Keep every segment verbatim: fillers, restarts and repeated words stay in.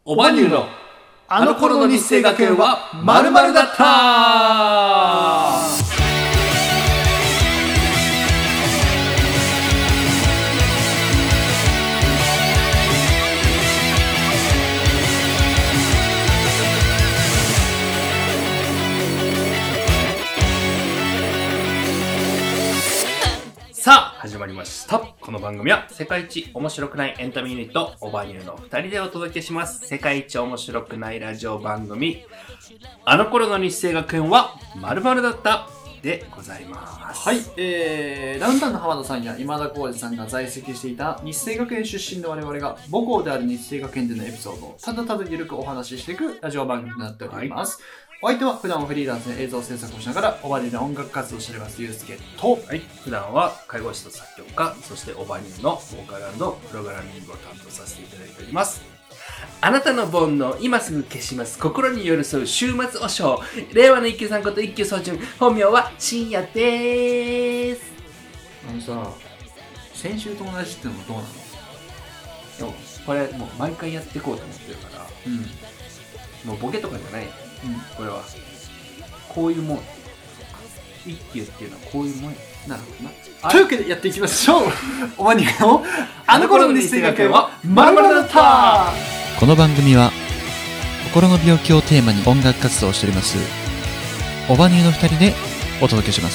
おばにゅうのあの頃の日生学園は〇〇だった。さあ始まりました。この番組は世界一面白くないエンタメユニットオバニューのふたりでお届けします。世界一面白くないラジオ番組あの頃の日生学園は〇〇だったでございます。 はい、えー、ダウンタウンの浜田さんや今田耕司さんが在籍していた日生学園出身の我々が母校である日生学園でのエピソードをただただゆるくお話ししていくラジオ番組になっております。はい、お相手は普段はフリーランスで映像制作をしながらオバニューで音楽活動をしておりますゆうすけと、 はい、普段は介護士と作曲家、そしてオバニューのボーカル&プログラミングを担当させていただいております。あなたの煩悩今すぐ消します。心に寄り添う週末お尚。令和の一休さんこと一休総順。本名は深夜でーす。 あのさ、先週と同じってのもどうなの？ でもこれもう毎回やっていこうと思ってるから、うん、もうボケとかじゃない、うん、これはこういうもん。一休っていうのはこういうもんや。 なるほどな。というわけでやっていきましょう。おばにゅうのあの頃の日生学園は〇〇だった。 この番組は心の病気をテーマに音楽活動をしておりますオバニューのふたりでお届けします。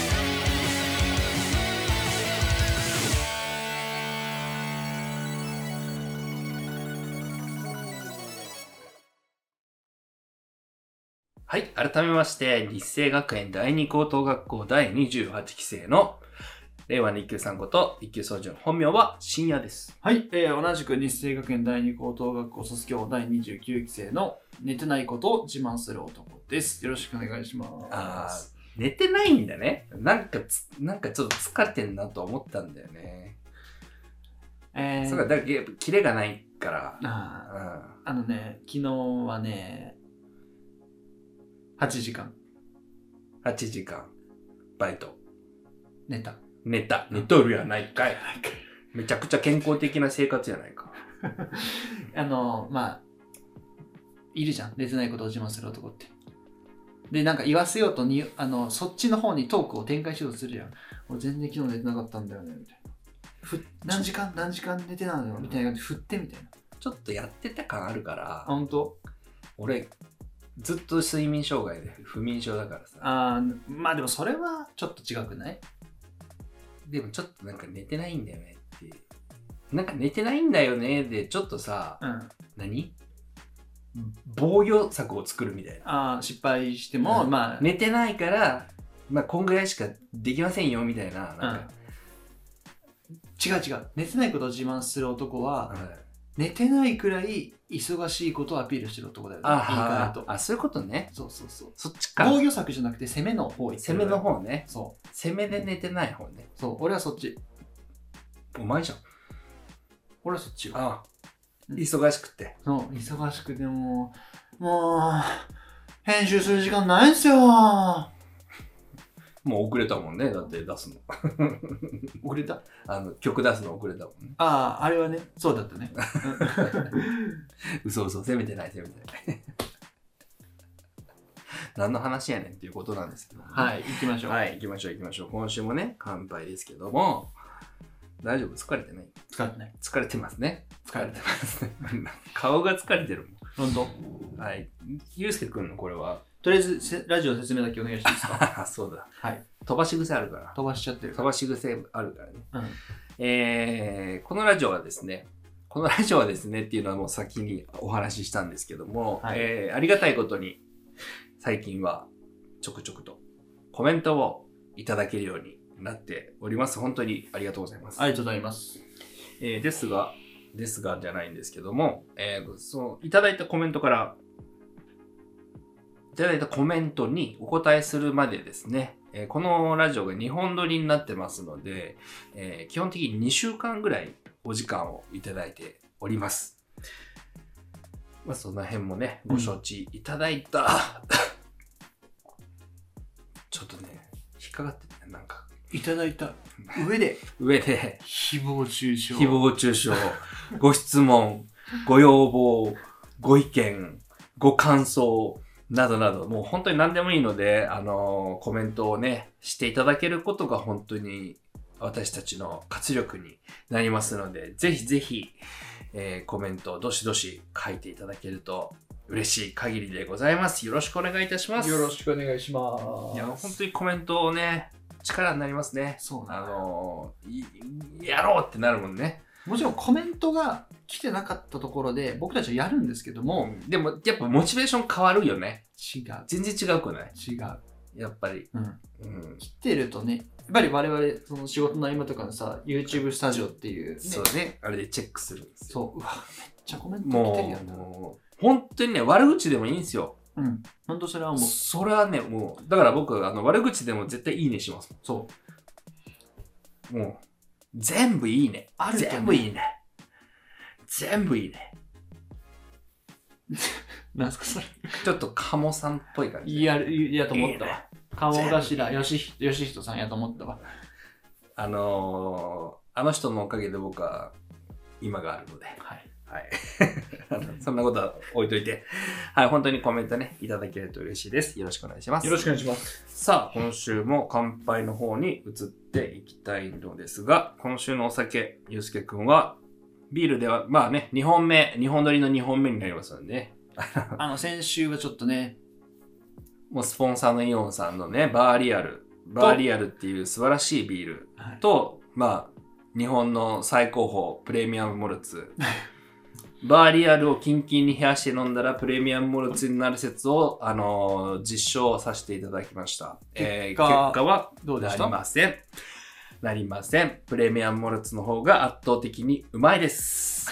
はい、改めまして日生学園第二高等学校だいにじゅうはちき生の令和の一休さんこと一休総順。本名は深夜です。 はい、えー、同じく日生学園第二高等学校卒業だいにじゅうきゅうき生の寝てないことを自慢する男です。よろしくお願いします。 あー、寝てないんだね。なんかつなんかちょっと疲れてんなと思ったんだよね。えー、そうか、だからキレがないから。 あ、うん、あのね、昨日はねはちじかんはちじかんバイト寝た寝た寝とるやないかい。めちゃくちゃ健康的な生活やないか。 あのまあいるじゃん、寝てないことを自慢する男って。でなんか言わせようとにあのそっちの方にトークを展開しようとするじゃん。俺全然昨日寝てなかったんだよねみたいな。ふ何時間何時間寝てたのよみたいな感じで振ってみたいな。 ちょっとやってた感あるから。 本当？ 俺ずっと睡眠障害で不眠症だからさ。 あー、まあでもそれはちょっと違くない？ でもちょっとなんか寝てないんだよねって。なんか寝てないんだよねでちょっとさ、うん、何防御策を作るみたいな。あ、失敗しても、うん、まあ寝てないからまあこんぐらいしかできませんよみたいな。なんか、 うん、違う違う。寝てないことを自慢する男は、うん、寝てないくらい忙しいことをアピールしてる男だよね。 ああ、あ、そういうことね。 そうそうそう。 そっちか。 防御策じゃなくて攻めの方行ってる。 攻めの方ね。 そう。 攻めで寝てない方ね。 そう。俺はそっち。 お前じゃん。 俺はそっちよ。 ああ。忙しくて。 そう。忙しくてもう、もう、編集する時間ないんすよ。 もう遅れたもんね。だって出すの。 遅れた？ あの、曲出すの遅れたもんね。 ああ、あれはね、そうだったね。 嘘嘘、責めてない、責めてない。何の話やねんっていうことなんですけど、ね。 はい、行きましょう。 はい、行きましょう、行きましょう。今週もね、乾杯ですけども、大丈夫？疲れてない？ 疲れてない。 疲れてますね。 疲れてますね。 顔が疲れてるもん。ほんと？はい。ゆうすけくんのこれはとりあえずラジオ説明だけお願いしていいですか？ そうだ。 はい。 飛ばし癖あるから。 飛ばしちゃってる。 飛ばし癖あるからね。うん、えー、このラジオはですね、このラジオはですねっていうのはもう先にお話ししたんですけども、はい、えー、ありがたいことに最近はちょくちょくとコメントをいただけるようになっております。本当にありがとうございます。 ありがとうございます。 えー、ですが、ですがじゃないんですけども、えー、そのいただいたコメントからいただいたコメントにお答えするまでですね、えー、このラジオがにほん撮りになってますので、えー、基本的ににしゅうかんぐらいお時間をいただいております。まあその辺もね、ご承知いただいた、うん、ちょっとね、引っかかってね、なんか。 いただいた上で、 上で、 誹謗中傷。 誹謗中傷、ご質問、ご要望、 ご意見、ご感想などなど、もう本当に何でもいいので、あのーコメントをね、していただけることが本当に私たちの活力になりますので、ぜひぜひ、えーコメントをどしどし書いていただけると嬉しい限りでございます。よろしくお願いいたします。 よろしくお願いします。 いや、本当にコメントをね、力になりますね。 そうなあのー、やろうってなるもんね。 もちろんコメントが来てなかったところで僕たちはやるんですけども、 うんでもやっぱモチベーション変わるよね。 違う全然違うくない？ 違う、 やっぱり。 うん、 うん。 来てるとね、やっぱり我々その仕事の合間とかのさ YouTube スタジオっていう、ね、 そうね。あれでチェックするんですよ。 そう、うわめっちゃコメント来てるやんな。 もう、本当にね、悪口でもいいんですよ。 うん、本当それはもうそれはね、もう、だから僕、あの悪口でも絶対いいねします。 そうもう、全部いいね。 あるとね全部いいね。全部いいね。 なんすかそれ。 ちょっと鴨さんっぽい感じ。 いや、いやと思ったわ。 いいね鴨頭よしひよしひとさんやと思ったわ。 あのー、あの人のおかげで僕は今があるので。 はい。 はい。あのそんなことは置いといて。はい、本当にコメントね、いただけると嬉しいです。よろしくお願いします。 よろしくお願いします。 さあ、今週も乾杯の方に移っていきたいのですが、今週のお酒、ゆうすけくんは、ビールでは、まあね、にほんめ、にほん撮りのにほんめになりますのでね。 あの、先週はちょっとね、 もうスポンサーのイオンさんのね、バーリアル、バーリアルっていう素晴らしいビールはい、 と、まあ、日本の最高峰、プレミアムモルツ。バーリアルをキンキンに冷やして飲んだらプレミアムモルツになる説を、あのー実証させていただきました。えー、 結果結果はどうでしたなりません。なりません。プレミアムモルツの方が圧倒的にうまいです。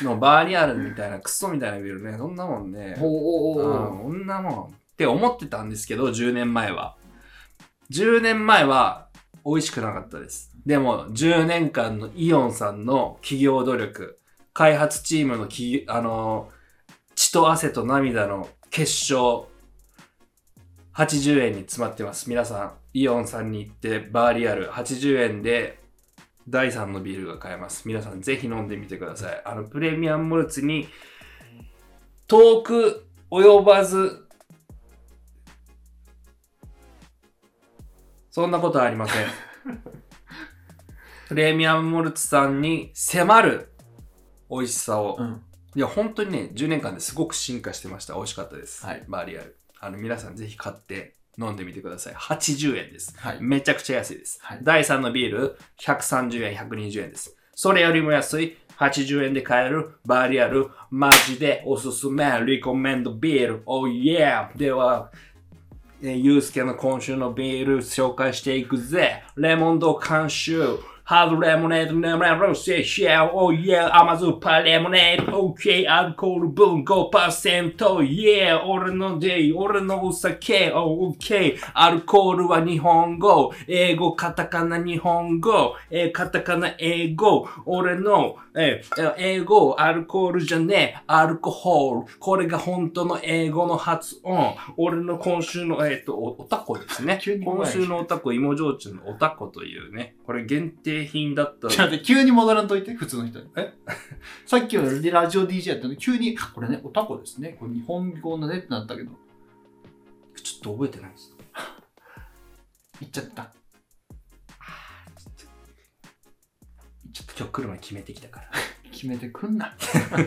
のバーリアルみたいなクソみたいなビールね、そんなもんね。 おおおうん、そんなもんって思ってたんですけど、じゅうねんまえは。じゅうねんまえは美味しくなかったです。でも、じゅうねんかんのイオンさんの企業努力、開発チームのき、あのー、血と汗と涙の結晶、はちじゅうえんに詰まってます。皆さん、イオンさんに行ってバーリアルはちじゅうえんでだいさんのビールが買えます。皆さんぜひ飲んでみてください。あの、プレミアムモルツに遠く及ばず、そんなことはありません。プレミアムモルツさんに迫る美味しさを、 うん。 いや本当にねじゅうねんかんですごく進化してました。美味しかったです、 はい、 バーリアル。あの皆さんぜひ買って飲んでみてください。はちじゅうえんです、 はい、 めちゃくちゃ安いです、 はい、 だいさんのビールひゃくさんじゅうえんひゃくにじゅうえんです。それよりも安いはちじゅうえんで買えるバーリアル、マジでおすすめリコメンドビール。おーイエー。ではゆうすけの今週のビール紹介していくぜ。レモンド監修ハードレモネード、レモネード、ロセシェル、おーイエー、甘酸っぱいレモネード、オーケー、アルコール分 ごパーセント、イエー、俺のデイ、俺のお酒、オーケー、アルコールは日本語、英語、カタカナ日本語、えー、カタカナ英語、俺の、えー、英語、アルコールじゃねえ、アルコホール、これが本当の英語の発音、俺の今週の、えっと、お、おたこですね。今週のおたこ、芋焼酎のおたこというね、これ限定品だったら。 ちょっと待って、急に戻らんといて、普通の人に。えさっきのラジオ ディージェー やったのに、急に、これね、おたこですね。これ日本語のねってなったけど。 ちょっと覚えてないです。 言っちゃった。 ちょっと今日来る前決めてきたから。 決めてくんな。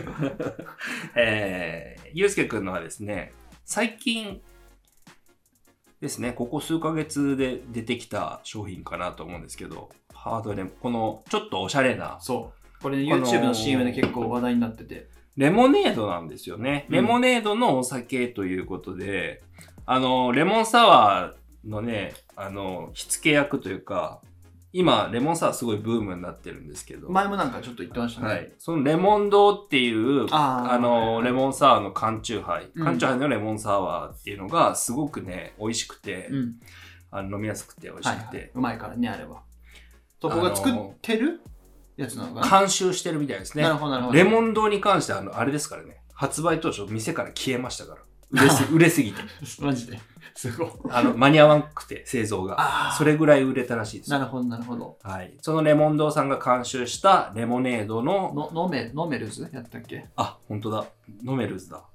えー、ゆうすけくんのはですね、最近ですね、ここ数ヶ月で出てきた商品かなと思うんですけど、ハードレモン、このちょっとおしゃれな。 そう。これ、ね、YouTube の シーエム で結構話題になってて。 レモネードなんですよね。レモネードのお酒ということで、うん、あの、レモンサワーのね、あの、火付け役というか、今、レモンサワーすごいブームになってるんですけど。 前もなんかちょっと言ってましたね。 はい。そのレモン堂っていう、あ, あの、 はい、 レモンサワーの缶チューハイ、うん。缶チューハイのレモンサワーっていうのがすごくね、美味しくて、うん、あの飲みやすくて美味しくて、はいはい。 うまいからね、あれは。そこが作ってるやつなのかな。 監修してるみたいですね。 なるほど、なるほど。 レモン堂に関しては、あの、あれですからね。発売当初、店から消えましたから。売れす売れすぎて。 マジで。すごい。 あの、間に合わなくて、製造が。それぐらい売れたらしいです。 なるほど、なるほど。 はい。そのレモン堂さんが監修したレモネードの。 の、ノメ、ノメルズやったっけ？ あ、ほんとだ。ノメルズだ。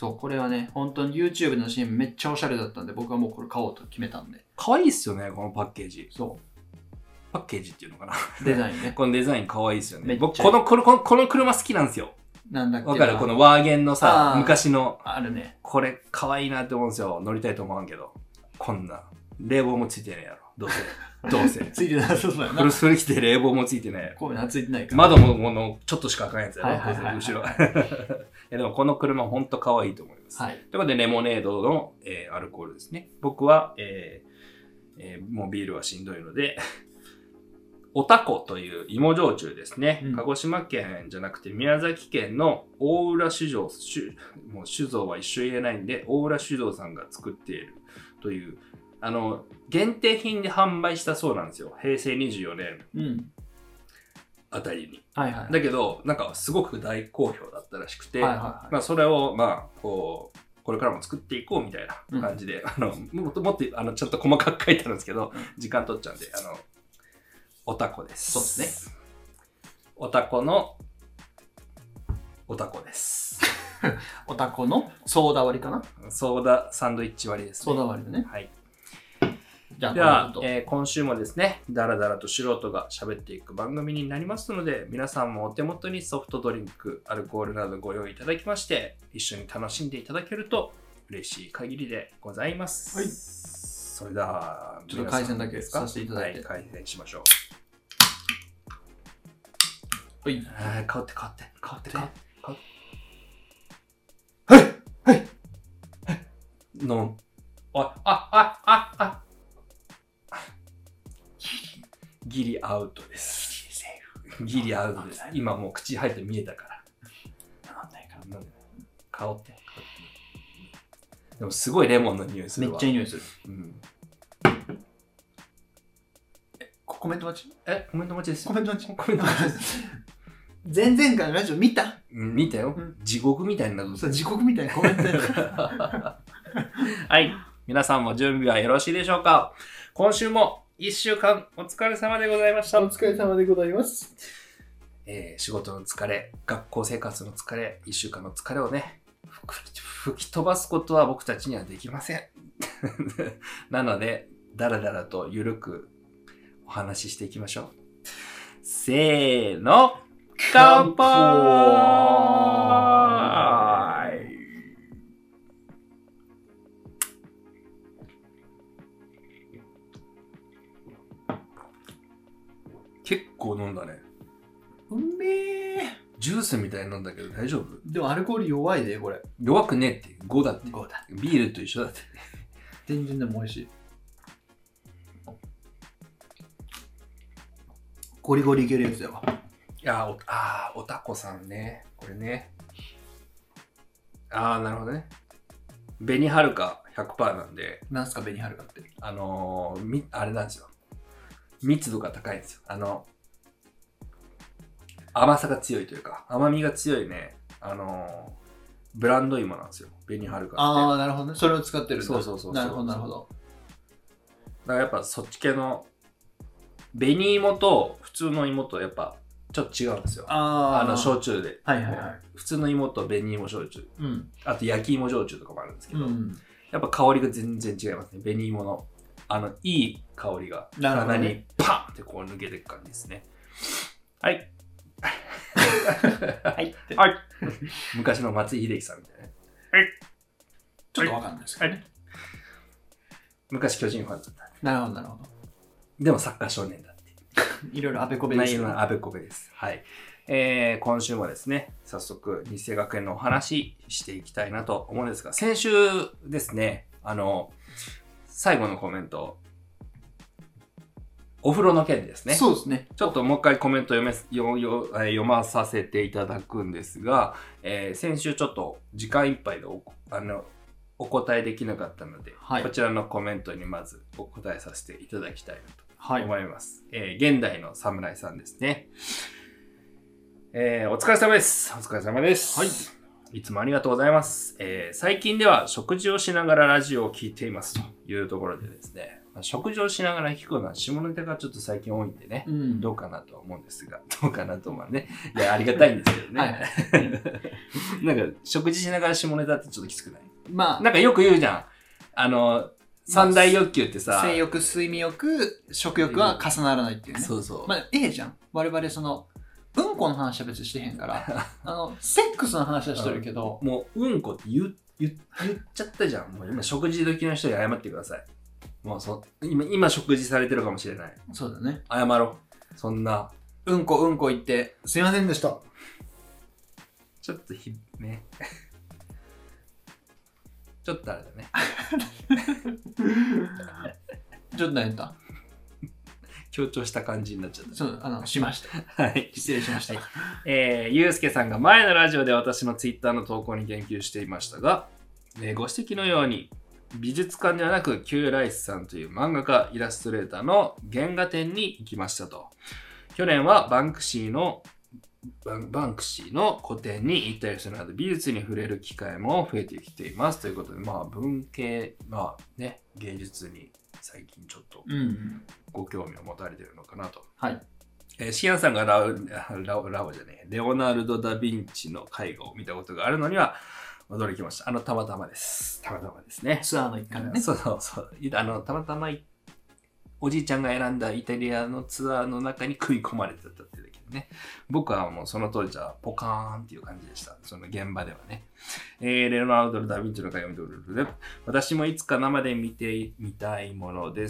そう、これはね、本当に YouTube の シーエム めっちゃおしゃれだったんで、僕はもうこれ買おうと決めたんで。 可愛いっすよね、このパッケージ。 そパッケージっていうのかな。 う。デザインね。 このデザイン可愛いっすよね。 めっちゃ僕、この、この、このこの車好きなんですよ。 なんだっけな。 わかるこのワーゲンのさあ、ー昔の、 あるね。 これ可愛いなって思うんですよ。乗りたいと思わんけど。こんな。冷房もついてないやろ。どうせ。どうせ。 ついてなさそうだよな。 フルスフル着て冷房もついてないやろ。 こういうのついてないから。 窓もものちょっとしか開かないやつやろ。 はいはいはいはい後ろ。いやでもこの車ほんと可愛いと思います。 はい。 ということで、レモネードの、えーアルコールですね。僕は、えーえーもうビールはしんどいので、おたこという芋焼酎ですね、 うん鹿児島県じゃなくて宮崎県の大浦酒造、酒もう酒造は一緒言えないんで、大浦酒造さんが作っているという、あの、限定品で販売したそうなんですよ。へいせいにじゅうよねんうん。 あたりに。 はいはい。 だけど、なんかすごく大好評だったらしくて、 はいはいはいまあそれを、まあ、こう、これからも作っていこうみたいな感じで、あの、もっともっと、あの、ちょっと細かく書いてあるんですけど、時間取っちゃうんで、あの、おたこです。 そうですね。おたこの、おたこです。 おたこのソーダ割りかな。 ソーダサンドイッチ割りですね。 ソーダ割りのね。 はい。 じゃあ、 では、 これちょっえー今週もですね、だらだらと素人が喋っていく番組になりますので、皆さんもお手元にソフトドリンク、アルコールなどご用意いただきまして、一緒に楽しんでいといただけると嬉しい限りでございます。 はいそれでは、 ちょっと回線だけ皆さんさせていただいてはい、回線しましょう。 とはい。 はい、変わって変わって、変わって変わって。 はいはいの、あ、あ、あ、あ、あ、ギリアウトです。ギリアウトです。今もう口入って見えたから。 なんないかな。 なんで香って。でもすごいレモンの匂いすめるわ。 っちゃいい匂いする。 うん。 ココメント待ちえ、コメント待ちですよ。 コメント待ちコメント待ちです。 前々回のラジオ見たうん見たよ、 うん地獄みたいになる。 そう地獄みたいなコメントやる。 はい。皆さんも準備はよろしいでしょうか。今週も一週間お疲れ様でございました。 お疲れ様でございます。 えー仕事の疲れ、学校生活の疲れ、一週間の疲れをね、吹き吹き飛ばすことは僕たちにはできません。なので、だらだらとゆるくお話ししていきましょう。せーの、乾杯。結構飲んだね。 うめえ。 ジュースみたいに飲んだけど大丈夫？ でもアルコール弱いで、これ。 弱くねえってごだって。 ごだ。 ビールと一緒だって。 全然でも美味しい。ゴリゴリいけるやつだわ。 いやーおあーおたこさんね、これね。ああ、なるほどね。紅はるか ひゃくパーセント なんで、 なんすか、紅はるかって。 あのー、みあれなんですよ。密度が高いんですよ。あの、甘さが強いというか、甘みが強いね、あのー、ブランド芋なんですよ。紅はるかって。 ああ、なるほどね。それを使ってるんだ。 そうそうそうそうなるほど、なるほど。 だからやっぱそっち系の、紅芋と普通の芋とやっぱちょっと違うんですよ。 ああの、焼酎で。 はいはいはい。 普通の芋と紅芋焼酎。 うん。 あと焼き芋焼酎とかもあるんですけど、 うん。 やっぱ香りが全然違いますね。紅芋の、あの、いい香りがなるほどね鼻にパンってこう抜けていく感じですね。はい。 はい。 はい。昔の松井秀喜さんみたいなね。 ちょっとわかんないですけどね。 昔巨人ファンだった。 なるほど、なるほど。 でもサッカー少年だっていう。 いろいろあべこべですよね。 内容のあべこべです。はい。えー、今週もですね、早速、日生学園のお話していきたいなと思うんですが、先週ですね、あの、最後のコメント、お風呂の件ですね。 そうですね。 ちょっともう一回コメント読めよよ読まさせていただくんですが、えー、先週ちょっと時間いっぱいでおあのお答えできなかったので、 はいこちらのコメントにまずお答えさせていただきたいなとはい。 思います。えー現代の侍さんですね。えーお疲れ様です。お疲れ様です。 はい。 いつもありがとうございます。えー最近では食事をしながらラジオを聞いていますというところでですね、 まあ、食事をしながら聞くのは下ネタがちょっと最近多いんでね、 うん、 どうかなとは思うんですが、どうかなとまあね、いやありがたいんですけどね。 はいなんか食事しながら下ネタってちょっときつくない？ まあなんかよく言うじゃん。あの三大欲求ってさ、 性欲、睡眠欲、食欲は重ならないっていうね。 そうそう。 まあ、ええじゃん。我々その、うんこの話は別にしてへんから、あの、セックスの話はしてるけど、 もう、うんこって言う、言う、言っちゃったじゃん。もう今、食事時の人に謝ってください。もうそ、今、今食事されてるかもしれない。 そうだね。 謝ろう。そんな。 うんこうんこ言って、すいませんでした。 ちょっとひ、ね。ちょっとあれだね。 ちょっと何言った？ 強調した感じになっちゃった。 そう、あの、しました。 はい。 失礼しました。はい、 えー、ゆうすけさんが前のラジオで私のツイッターの投稿に言及していましたが、えー、ご指摘のように、美術館ではなく、キューライスさんという漫画家、イラストレーターの原画展に行きましたと。去年はバンクシーのバン、バンクシーの個展に行ったりするなど美術に触れる機会も増えてきていますということで、まあ文系、まあね、芸術に最近ちょっとご興味を持たれているのかなと。 はい。 えー、シアンさんがラウ、ラオ、ラオじゃねえ、レオナルド・ダ・ヴィンチの絵画を見たことがあるのには驚きました。あの、たまたまです。たまたまですね。 ツアーの一環でね。 そうそうそう。あの、たまたまおじいちゃんが選んだイタリアのツアーの中に食い込まれてたってだけでね。僕はもうその当時はポカーンっていう感じでした。その現場ではね。えー、レオナルド・ダ・ヴィンチの絵を見ておるので、私もいつか生で見てみたいものです。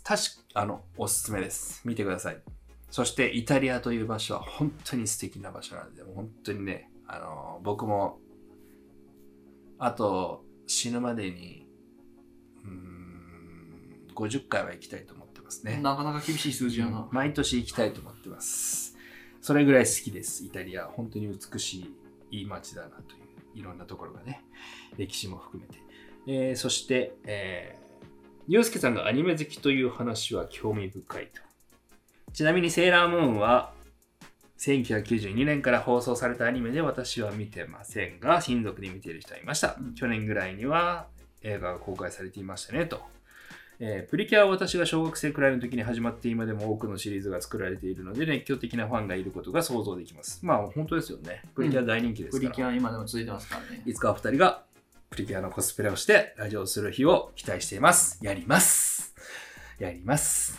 確か、あの、おすすめです。見てください。そしてイタリアという場所は本当に素敵な場所なので、本当にね、あの、僕も、あと死ぬまでに、うーん、ごじゅっかいは行きたいと思ってますね。 なかなか厳しい数字やな。 毎年行きたいと思ってます。それぐらい好きです、イタリア。本当に美しい、いい街だなという、いろんなところがね、歴史も含めて。えー、そして、えー、ゆうすけさんがアニメ好きという話は興味深いと。ちなみにセーラームーンはせんきゅうひゃくきゅうじゅうにねんから放送されたアニメで私は見てませんが、親族で見ている人はいました。去年ぐらいには映画が公開されていましたねと。えー、プリキュアは私が小学生くらいの時に始まって今でも多くのシリーズが作られているので熱狂的なファンがいることが想像できます。まあ本当ですよね。プリキュア大人気ですから。 うん、プリキュア今でも続いてますからね。 いつかはふたりがプリキュアのコスプレをしてラジオをする日を期待しています。やります。やります。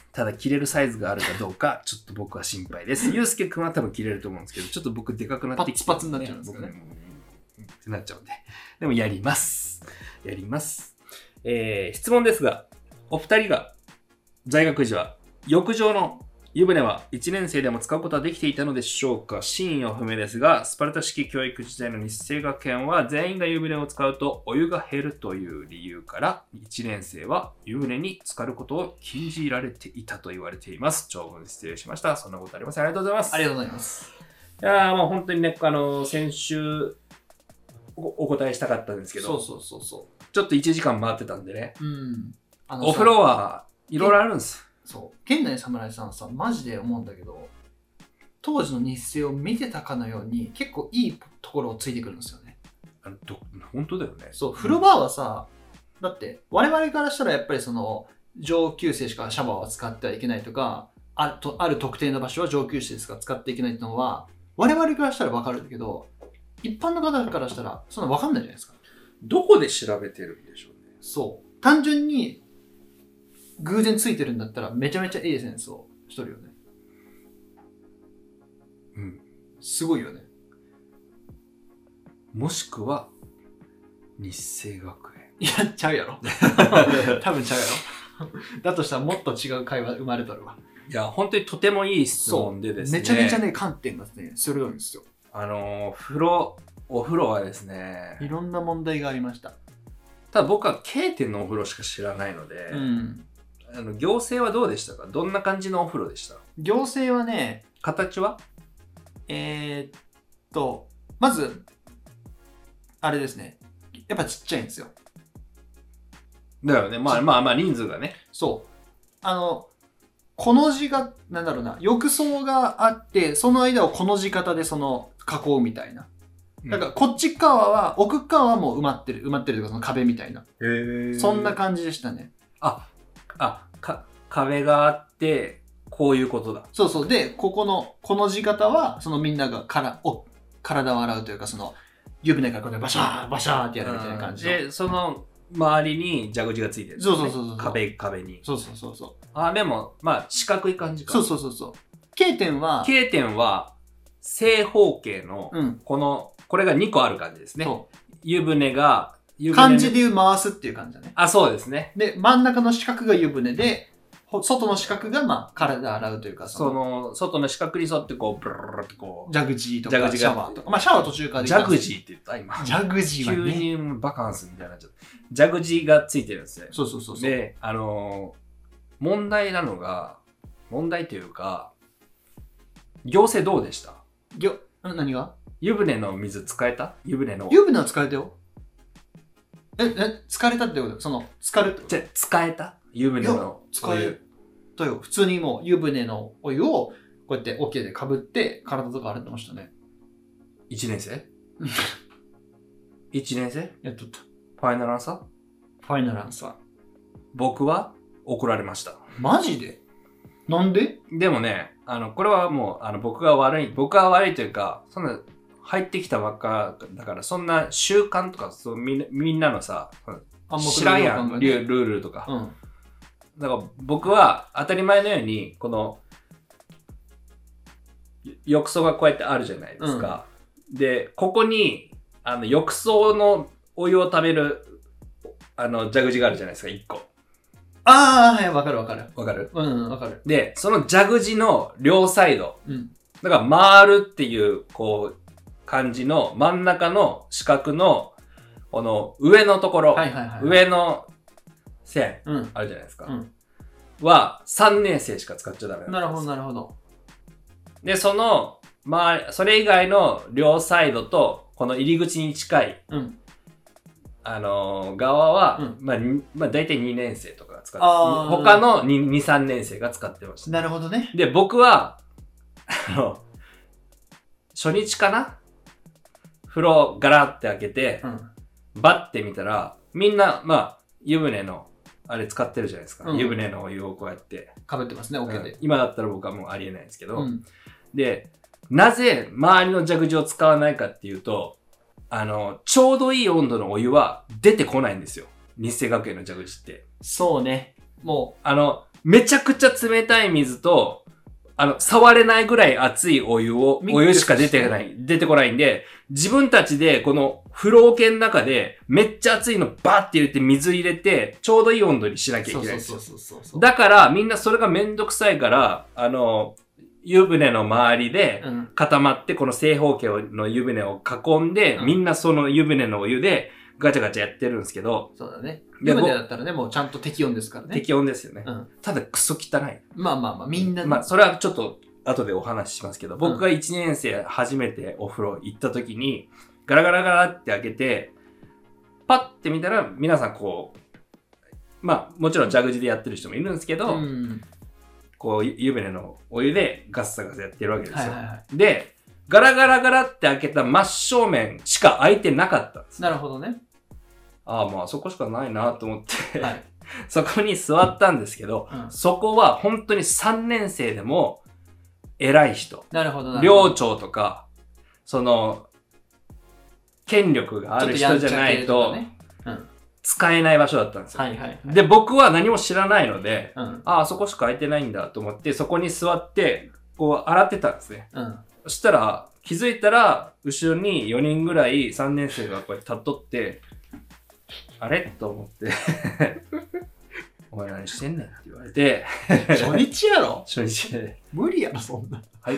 ただ着れるサイズがあるかどうかちょっと僕は心配です。ゆうすけくんは多分着れると思うんですけど、ちょっと僕でかくなってきて、 パツパツになっちゃうんですかね。 ってなっちゃうんで。でもやります。やります。えー、質問ですが、お二人が在学時は浴場の湯船はいちねん生でも使うことはできていたのでしょうか？真意は不明ですが、スパルタ式教育時代の日生学園は全員が湯船を使うとお湯が減るという理由からいちねん生は湯船に浸かることを禁じられていたと言われています。長文失礼しました。そんなことありません。ありがとうございます。 ありがとうございます。 いやーもう本当にね、あのー、先週 お, お答えしたかったんですけど、 そうそうそうそう。 ちょっといちじかん回ってたんでね。 うん。 あのお風呂はいろいろあるんです。 そう。現代侍さんさ、マジで思うんだけど、当時の日生を見てたかのように、結構いいところをついてくるんですよね。 あのど本当だよね。 そう、風呂場はさ、だって、我々からしたらやっぱりその、上級生しかシャワーは使ってはいけないとか、あるとある特定の場所は上級生しか使っていけないってのは、我々からしたら分かるんだけど、一般の方からしたら、そんな分かんないじゃないですか。 どこで調べてるんでしょうね。 そう。単純に、偶然ついてるんだったらめちゃめちゃいいセンスをしとるよね。 うん。 すごいよね。 もしくは日生学園。 いや、ちゃうやろ。多分ちゃうやろ。だとしたらもっと違う会話生まれとるわ。 いや、本当にとてもいい質問でですね。 めちゃめちゃね、観点がね、鋭いんですよ。 あの、風呂、お風呂はですね、 いろんな問題がありました。 ただ僕は K 点のお風呂しか知らないので、 うん。 あの行政はどうでしたか？どんな感じのお風呂でした？ 行政はね、 形はえー、っと、まず、あれですね。やっぱちっちゃいんですよ。 だよね。まあまあまあ人数がね。 そう。あの、この字が、なんだろうな、浴槽があって、その間をこの字型でその囲うみたいな。だからこっち側は、奥側はもう埋まってる。埋まってるというかその壁みたいな。 へー。 そんな感じでしたね。 あ、 あ、か、壁があって、こういうことだ。 そうそう。で、ここの、この字型は、そのみんながからお体を洗うというか、その、湯船からこうやってバシャーバシャーってやるみたいな感じの。 で、その周りに蛇口がついてるんですね。 そうそうそうそう。 壁、壁に。 そうそうそうそう。 あ、でも、まあ、四角い感じか。 そうそうそうそう。K 点は、 K 点は、正方形の、 うん、 この、これがにこある感じですね。 そう。 湯船が、湯船漢字で言う回すっていう感じだね。 あ、そうですね。 で、真ん中の四角が湯船で、ほ外の四角が、まあ、体洗うというか、 その、外の四角に沿ってこう、ブルルルルってこう。 蛇口とか、 蛇口がシャワーとか。まあ、シャワー途中からでジャグジーって言った今。 ジャグジーはね。 急にバカンスみたいになっちゃった。ジャグジーがついてるんですね。 そうそうそうそう。 で、あのー、問題なのが、問題というか、行政どうでした？ ぎょ、ん何が？ 湯船の水使えた？湯船の。 湯船は使えたよ。え、え、疲れたってこと？その、疲れた。 じゃ、使えた？湯船の。 使えたよ。普通にもう湯船のお湯を、こうやって OK でかぶって、体とか洗ってましたね。 一年生一年生やっとった。 ファイナルアンサー？ ファイナルアンサー。 僕は怒られました。 マジで？なんで？ でもね、あの、これはもう、あの、僕が悪い、僕が悪いというか、そんな、入ってきたばっかだから、そんな習慣とか、そうみんなみんなのさ、知らんやん、ルールとか。 うん。 だから僕は当たり前のように、この、浴槽がこうやってあるじゃないですか。うん、で、ここに、あの、浴槽のお湯を食べる、あの、蛇口があるじゃないですか、いっこ。 ああ、はい、わかるわかる。 わかる？ うん、わかる。 で、その蛇口の両サイド。 うん。 だから、回るっていう、こう、感じの真ん中の四角の、この上のところ、 はいはいはい、 上の線、 うん、 あるじゃないですか。 うん、 は、さんねん生しか使っちゃダメなんです。 なるほど、なるほど。 で、その、まあ、それ以外の両サイドと、この入り口に近い、 うん、 あのー、側は、 うん、 まあ、まあ、大体にねん生とかが使って、 あ他の に、に、さんねん生が使ってました。 なるほどね。 で、僕は、あの、初日かな風呂ガラって開けて、 うん、 バッて見たら、みんな、まあ、湯船の、あれ使ってるじゃないですか。うん、湯船のお湯をこうやって。 かぶってますね、オ、OK、ケで、 うん。今だったら僕はもうありえないんですけど、 うん、 で、なぜ周りの蛇口を使わないかっていうと、あの、ちょうどいい温度のお湯は出てこないんですよ。日生学園の蛇口って。 そうね。もう、 あの、めちゃくちゃ冷たい水と、あの、触れないぐらい熱いお湯を、お湯しか出てない、出てこないんで、自分たちでこの風呂桶の中でめっちゃ熱いのバーって入れて水入れて、ちょうどいい温度にしなきゃいけないんですよ。 そうそうそうそう。 だからみんなそれがめんどくさいから、あの、湯船の周りで固まって、この正方形の湯船を囲んで、うん、みんなその湯船のお湯でガチャガチャやってるんですけど。 そうだね。湯船だったらね、もうちゃんと適温ですからね。 適温ですよね。 うん、 ただクソ汚い。 まあまあまあ、みんな、 まあ、それはちょっと後でお話ししますけど、僕がいちねん生初めてお風呂行った時に、ガラガラガラって開けて、パッて見たら皆さんこう、まあもちろん蛇口でやってる人もいるんですけど、うん、こう湯船のお湯でガッサガサやってるわけですよ。はいはいはい、で、ガラガラガラって開けた真正面しか開いてなかったんです。 なるほどね。 ああ、まあそこしかないなと思って、 はい、 そこに座ったんですけど、うん、そこは本当にさんねん生でも偉い人。 なるほどな。 寮長とか、その、権力がある人じゃないと、使えない場所だったんですよ。 はいはいはい、 で、僕は何も知らないので、 うん、 ああ、そこしか空いてないんだと思って、そこに座って、こう洗ってたんですね。 うん、 そしたら、気づいたら、後ろによにんぐらいさんねん生がこうやって立っとって、あれと思って、お前何してんねんって言われて。 初日やろ初日で。 無理やろ、そんな。 はい。い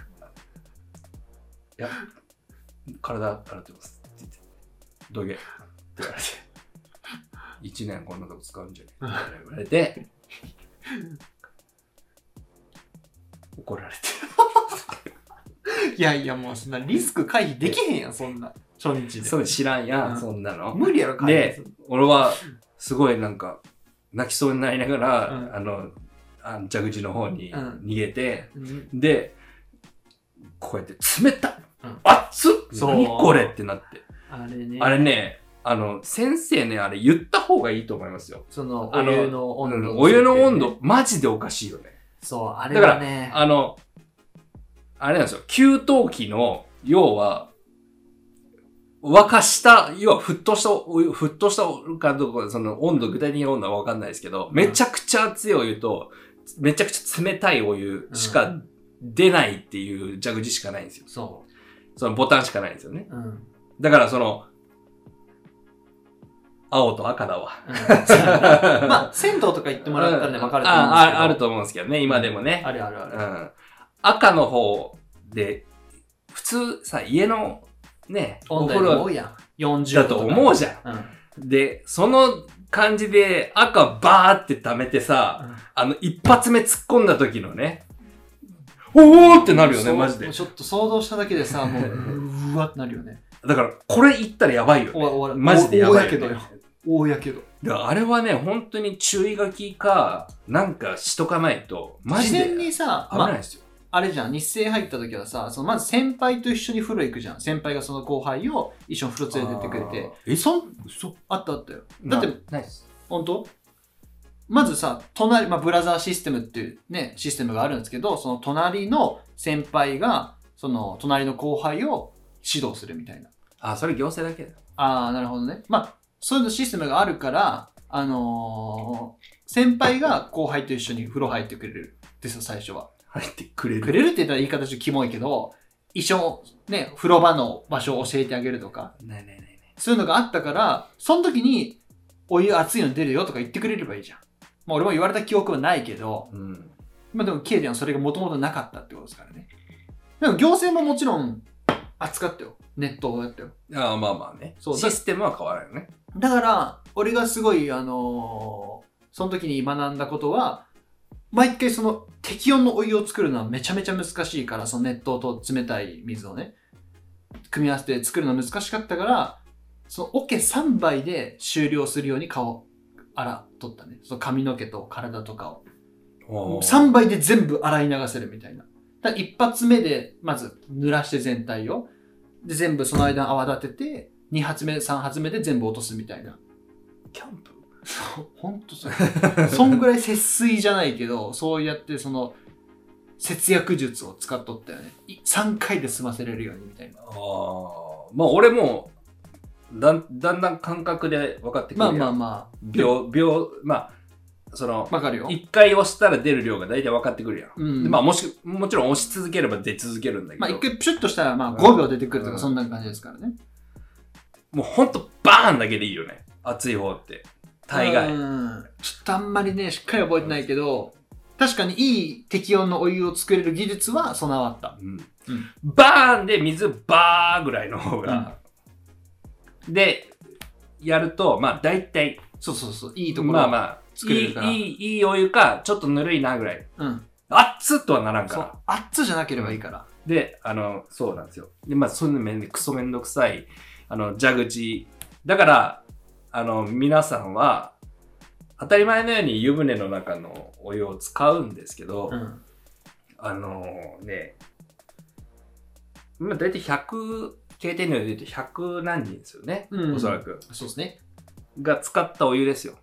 や、体洗ってますって言って、どげって言われて、一年こんなとこ使うんじゃねえって言われて、怒られて。 いやいや、もうそんなリスク回避できへんやん、そんな。初日で。 そう、知らんやん、うん、そんなの。 無理やろ、回避する。 で、俺は、すごいなんか、泣きそうになりながら、 うん、 あの、あの蛇口の方に逃げて、 うん、 で、こうやって冷たっ、うん、熱っ何これってなって。 あれね。 あれね、 あの、先生ね、あれ言った方がいいと思いますよ。 その、 あのお湯の温度、 うん、お湯の温度、マジでおかしいよね。 そう、あれはね。 あの、あれなんですよ。給湯器の、要は、沸かした、要は沸騰したお湯、沸騰したかどうか、その温度、具体的な温度はわかんないですけど、うん、めちゃくちゃ熱いお湯と、めちゃくちゃ冷たいお湯しか出ないっていう蛇口しかないんですよ。 そう。 そのボタンしかないんですよね。 うん、 だからその、青と赤だわ。 うん、まあ、銭湯とか行ってもらったらね、わかると思うんですけど。 ああ、あると思うんですけどね、今でもね。 あるあるある。 うん。赤の方で、普通さ、家のね、 温度が多いやん。よんじゅうどだと思うじゃん。うん、で、その感じで赤バーって溜めてさ、うん、あの、一発目突っ込んだ時のね、おーってなるよね、マジで。 ちょっと想像しただけでさ、もう、うわってなるよね。 だから、これ言ったらやばいよね。マジでやばいよね。 大やけど。 だからあれはね、本当に注意書きか、なんかしとかないと、マジで事前にさ、 危ないですよ。 まあ、あれじゃん、日生入った時はさ、そのまず先輩と一緒に風呂行くじゃん。先輩がその後輩を一緒に風呂連れてってくれて。 え、そん、そあったあったよ。だって、 ナイス。 本当まずさ、隣、まあ、ブラザーシステムっていうね、システムがあるんですけど、その隣の先輩が、その隣の後輩を指導するみたいな。 あ、それ行政だけだ。 ああ、なるほどね。まあ、そういうのシステムがあるから、あのー、先輩が後輩と一緒に風呂入ってくれるですよ、最初は。 入ってくれる。 くれるって言ったら言い方ちょっとキモいけど、一緒、ね、風呂場の場所を教えてあげるとか。 ないないないない。 そういうのがあったから、その時に、お湯熱いの出るよとか言ってくれればいいじゃん。まあ俺も言われた記憶はないけど、うん、まあでもケイディはそれがもともとなかったってことですからね。でも行政ももちろん扱ったよ。ネットだったよ。 ああ、まあまあね。そうシステムは変わらないよね。 だから、俺がすごい、あのー、その時に学んだことは、毎回その適温のお湯を作るのはめちゃめちゃ難しいから、その熱湯と冷たい水をね、組み合わせて作るの難しかったから、その桶さんばいで終了するように顔、洗っとったね。その髪の毛と体とかを。さんばいで全部洗い流せるみたいな。だ一発目で、まず濡らして全体を。で、全部その間泡立てて、に発目、さん発目で全部落とすみたいな。 キャンプそう、ほんとそう。そんぐらい節水じゃないけど、そうやってその、節約術を使っとったよね。さんかいで済ませれるようにみたいな。ああ。まあ俺も、だんだんだん感覚で分かってくるやん。 まあまあまあ。 秒、秒、まあ、その、 わかるよ。 一回押したら出る量が大体分かってくるやん。 うん、 でまあもし、もちろん押し続ければ出続けるんだけど。 まあ一回プシュッとしたらまあごびょう出てくるとかそんな感じですからね。 うん、もうほんとバーンだけでいいよね。熱い方って。大概。 うん。ちょっとあんまりね、しっかり覚えてないけど、確かにいい適温のお湯を作れる技術は備わった。 うん。うん、バーンで水バーぐらいの方が、うん、で、やると、まあ大体、 そうそうそう、いいところまあまあ、作れるからいい、いい、いいお湯か、ちょっとぬるいなぐらい。 うん。 熱っとはならんから。 そう。熱じゃなければいいから。 で、あの、そうなんですよ。で、まあ、そういうのめんでクソめんどくさい、あの、蛇口。だから、あの、皆さんは、当たり前のように湯船の中のお湯を使うんですけど、 うん、 あのね、まあ、だいたいひゃく、経典量で言うとひゃく何人ですよね。うん、おそらく。 そうですね。 が使ったお湯ですよ。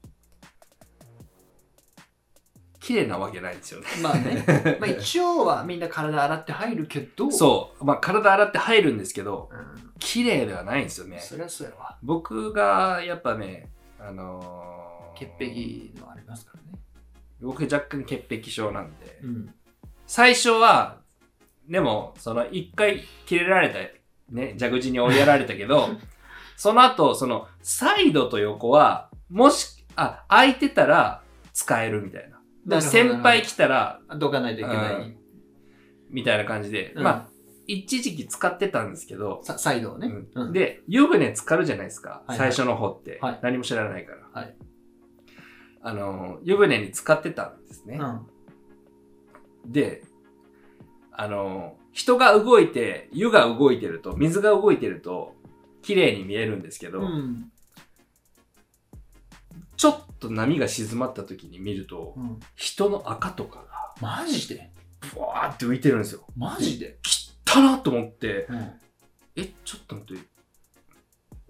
綺麗なわけないんですよね。 まあね。まあ一応はみんな体洗って入るけど。 そう。まあ体洗って入るんですけど、 うん、 綺麗ではないんですよね。 そりゃそうやわ。 僕がやっぱね、あのー、 潔癖のありますからね。 僕若干潔癖症なんで、 うん、 最初は、でも、その一回切れられた、ね、蛇口に追いやられたけど、その後、そのサイドと横は、もし、あ、空いてたら使えるみたいな。だから先輩来たら、 どかないといけない、うん。 みたいな感じで、うん、まあ、一時期使ってたんですけど、 サイドをね、 うん。で、湯船浸かるじゃないですか、はいはい、最初の方って、 はい。 何も知らないから。 はい。 あの、湯船に浸かってたんですね。 うん、 で、あの、人が動いて、湯が動いてると、水が動いてると、綺麗に見えるんですけど、 うん、 ちょっと波が静まった時に見ると、うん、人の赤とかが、 マジでブワーって浮いてるんですよ。 マジで汚なと思って、 うん、 え、ちょっと待って、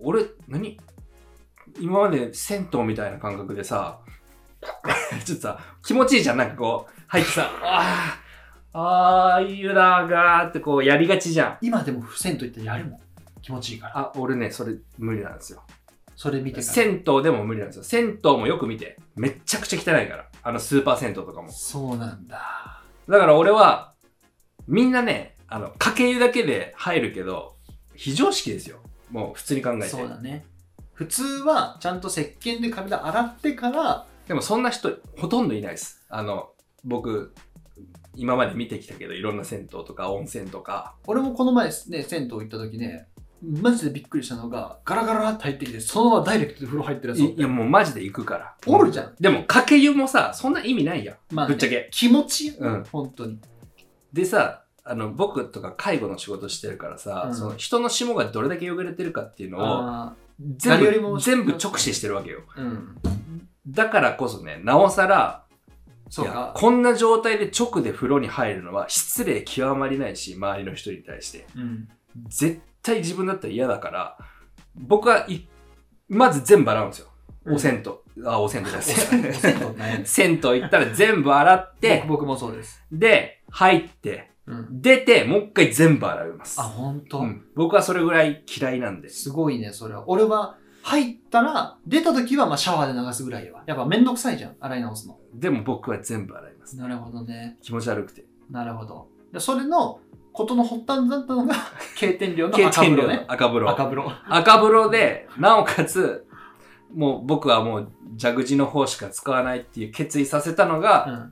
俺何今まで銭湯みたいな感覚でさちょっとさ気持ちいいじゃん、なんかこう入ってさあーあー湯だがーってこうやりがちじゃん。 今でも銭湯行ってやるもん、気持ちいいから。 あ、俺ねそれ無理なんですよ。 それ見てから銭湯でも無理なんですよ。銭湯もよく見て、めっちゃくちゃ汚いから、あのスーパー銭湯とかも。 そうなんだ。 だから俺はみんなね、あのかけ湯だけで入るけど非常識ですよ、もう普通に考えて。 そうだね。普通はちゃんと石鹸で体洗ってから。 でもそんな人ほとんどいないです。あの僕今まで見てきたけど、いろんな銭湯とか温泉とか。 俺もこの前ね銭湯行った時ね、マジでびっくりしたのが、ガラガラって入ってきてそのままダイレクトで風呂入ってるやつ。 いやもうマジで行くから。 おるじゃん。 でもかけ湯もさそんな意味ないやん、 まあね、 ぶっちゃけ気持ちいい、 うん、 本当に。 でさ、あの僕とか介護の仕事してるからさ、うん、その人の霜がどれだけ汚れてるかっていうのを全部全部直視してるわけよ、うん、だからこそね、なおさらそうか、こんな状態で直で風呂に入るのは失礼極まりないし、周りの人に対して、うん、絶対自分だったら嫌だから、僕はいまず全部洗うんですよ、うん、お銭湯あお銭湯じゃないです銭湯行ったら全部洗って僕もそうです。 で入ってうん、出てもう一回全部洗います。 あ、ほんと、 うん、僕はそれぐらい嫌いなんで。 すごいね、それは。俺は入ったら出た時はまあシャワーで流すぐらいは。やっぱめんどくさいじゃん、洗い直すの。 でも僕は全部洗います。 なるほどね。 気持ち悪くて。 なるほど。でそれのことの発端だったのが経験量の赤風呂ね。 赤風呂。 赤風呂。 赤風呂で、なおかつもう僕はもう蛇口の方しか使わないっていう決意させたのが、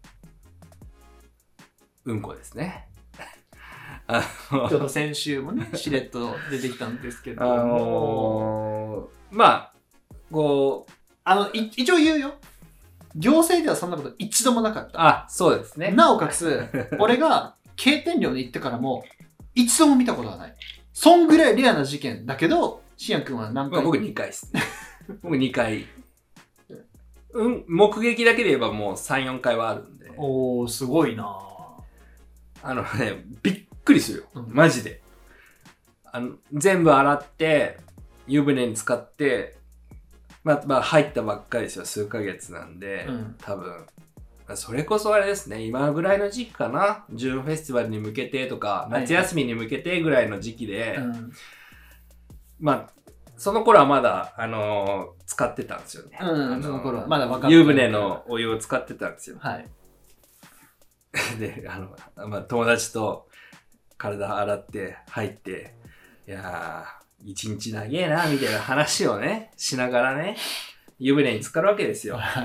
うん、うんこですね。 ちょっと先週もねしれっと出てきたんですけど、 あのー、まあこうあのい一応言うよ、行政ではそんなこと一度もなかった。 あ、そうですね。 なおかつ俺が経典寮に行ってからも一度も見たことがない。そんぐらいレアな事件だけど、しんやくんは何回、まあ、 僕にかいですね僕にかい、うん、目撃だけで言えばもうさん、よんかいはあるんで。 おー、すごいな。 あのね、びっくりするよ、うん、マジで。あの全部洗って湯船に浸かって、まあ、まあ入ったばっかりですよ、数ヶ月なんで、うん、多分それこそあれですね、今ぐらいの時期かな、ジューンフェスティバルに向けてとか夏休みに向けてぐらいの時期で、はいはい、うん、まあその頃はまだ、あのー、使ってたんですよね、 うん、 あのー、 その頃はまだ分かって湯船のお湯を使ってたんですよ。 はいで、あの、まあ、友達と体洗って入って、いやー、一日長えな、みたいな話をね、しながらね、湯船に浸かるわけですよ。はい。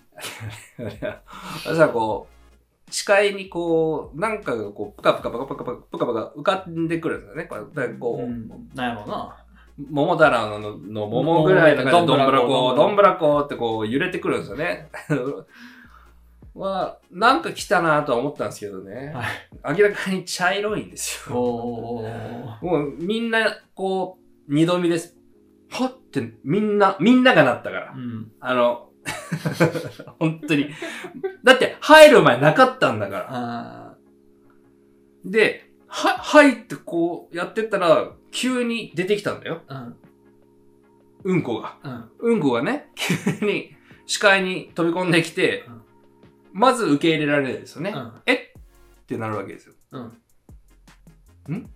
そしたらこう、視界にこう、なんかがこう、ぷかぷかぷかぷかぷかぷかぷか浮かんでくるんですよね。こう、こう、うん、 なんやろうな。 桃太郎のの桃ぐらいの感じで、どんぶらこ、どんぶらこってこう揺れてくるんですよね。はなんか来たなとは思ったんですけどね、はい、明らかに茶色いんですよ。おもうみんなこう二度見です。はってみんなみんながなったから、うん、あの本当にだって入る前なかったんだから。では入ってこうやってったら急に出てきたんだよ。うん、うんこが、うん、うんこがね急に視界に飛び込んできて。うん、まず受け入れられないですよね。うん、えってなるわけですよ。うん、んって、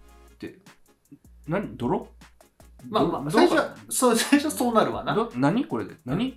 何泥まあまあ、最初は、そう、最初そうなるわな。 何これで何って。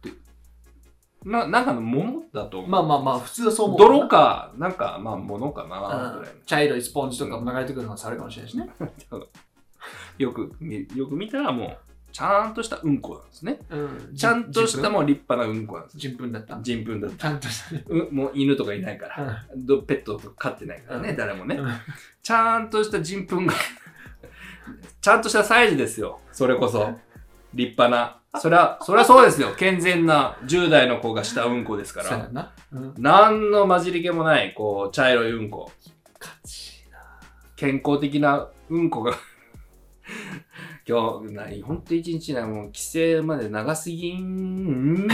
な、なんかのものだと思う。 まあまあまあ、普通はそう思う。 泥か、なんか、まあ、ものかな、 ぐらい、うん。茶色いスポンジとかも流れてくるのがされるかもしれないしね。 よく、よく見たらもう、ちゃんとしたうんこなんですね。うん、ちゃんとしたもう立派なうんこなんです。 人糞だった。 人糞だった。 ちゃんとした、 うん。もう犬とかいないから。うん、ペットとか飼ってないからね、うん、誰もね、うん。ちゃんとした人糞が、ちゃんとしたサイズですよ。それこそ。立派な。そりゃ、そりゃそうですよ。健全なじゅう代の子がしたうんこですから。そうやな。うん、何の混じり気もない、こう、茶色いうんこ。健康的なうんこが。今日、なに、ほんと一日な、もう、帰省まで長すぎん。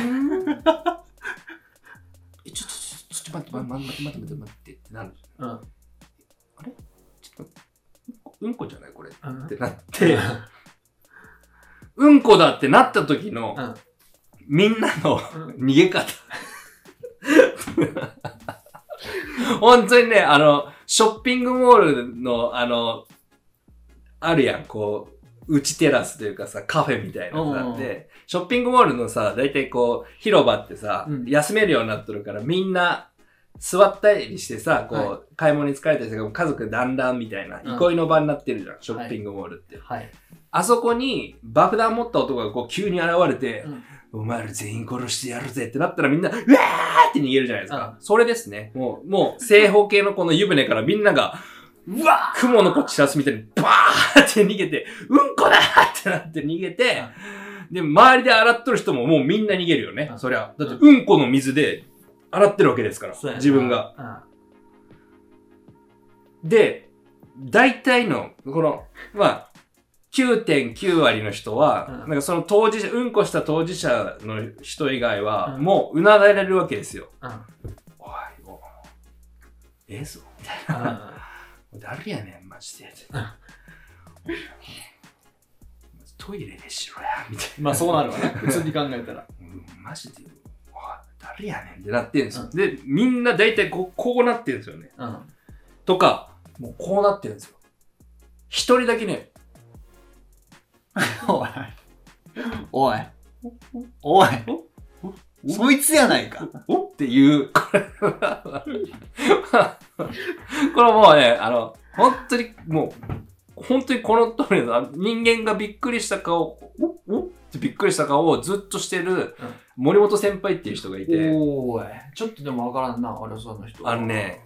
え、ちょ、ちょ、ちょ、ちょ、待って、待って、待って、待って、待って、ってなる。うん。あれちょっと、うんこじゃないこれ、うん、ってなって、 うんこだってなった時の、 うん、 みんなのうん逃げ方。本当にね、あの、ショッピングモールの、あの、あるやん、こう、内テラスというかさ、カフェみたいなうんうんさ、で、ショッピングモールのさ、だいたいこう、広場ってさ、 うん休めるようになっとるから、みんな、座ったりしてさ、こう、 は買い物に疲れたりして、家族団らんみたいな、 うん憩いの場になってるじゃん、ショッピングモールって。 はい。 あそこに爆弾持った男がこう急に現れて、 うん、 お前ら全員殺してやるぜってなったらみんな、うわーって逃げるじゃないですか。 うそれですね。もう、もう正方形のこの湯船からみんなが、うわー雲のこっち散らすみたいにバーって逃げて、うんこだーってなって逃げて、で、周りで洗っとる人ももうみんな逃げるよね。 うんそりゃ。だってうんこの水で洗ってるわけですから、 そうやな自分が。で、大体の、この、まあ、きゅうてんきゅう 割の人は、 うんなんかその当事者、うんこした当事者の人以外は、 うんもううなだれるわけですよ。 うん。うん。 おい、おええぞ、みたいな。誰やねん、マジで。トイレでしろや、みたいな。 まあそうなるわね。普通に考えたら。 うんマジで、おい、誰やねんってなってるんですよ。で、みんな大体こう、こうなってるんですよね。 うん。 とか、もうこうなってるんですよ。一人だけね、 おい。おい。おい。そいつやないか。 おっていう、これは、これもうね、あの、本当に、もう、本当にこの通りの、人間がびっくりした顔、おおってびっくりした顔をずっとしてる、森本先輩っていう人がいて、 おーい。ちょっとでもわからんな、俺その人。 あのね、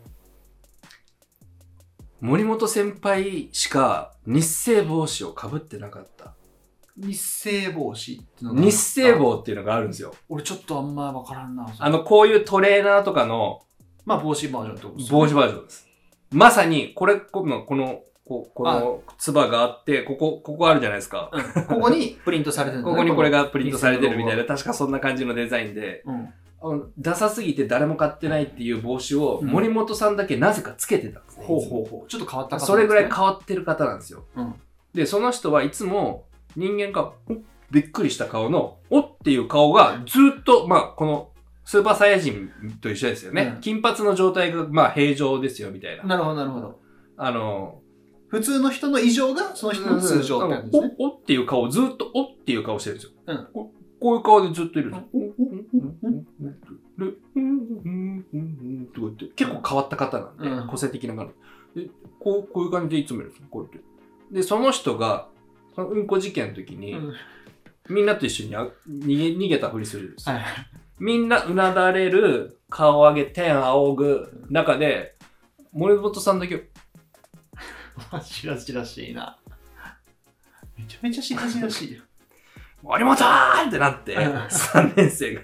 森本先輩しか日生帽子をかぶってなかった。 日生帽子ってのが日生帽っていうのがあるんですよ。 俺ちょっとあんまわからんな。 あの、こういうトレーナーとかのまあ帽子バージョンってことですね帽子バージョンです。まさに、これ、この、この、ここの、つばがあって、ここ、ここあるじゃないですか。 うんここにプリントされてるんだねここにこれがプリントされてるみたいな。 な、確かそんな感じのデザインで、 うん。 あのダサすぎて誰も買ってないっていう帽子をうん森本さんだけなぜかつけてたんですね。 ほうほうほう。ちょっと変わった方それぐらいですね変わってる方なんですよ。 うん。 で、その人はいつも人間がおびっくりした顔の、おっていう顔がずっと、まあ、このスーパーサイヤ人と一緒ですよね。 うん金髪の状態が、まあ、平常ですよ、みたいな。 なるほど、なるほど。 あの、 普通の人の異常がその人の通常って感じですね。 おおっていう顔をずっとおっていう顔してるんですよ。 うんここういう顔でずっといるんですよ。おおおおおで、うんうんうんとか言って結構変わった方なんで、 うん個性的な方でこう、こういう感じでいつもいるんですよ。こうやって。で、その人が、そのうんこ事件の時に、 うんみんなと一緒にあ逃げ逃げたふりするんですよ。 はい。 みんなうなだれる、顔上げ、天仰ぐ中で、森本さんだけ、 しらしらしいな。めちゃめちゃしらしらしいよ。 森本ーってなってうん、 さんねん生が。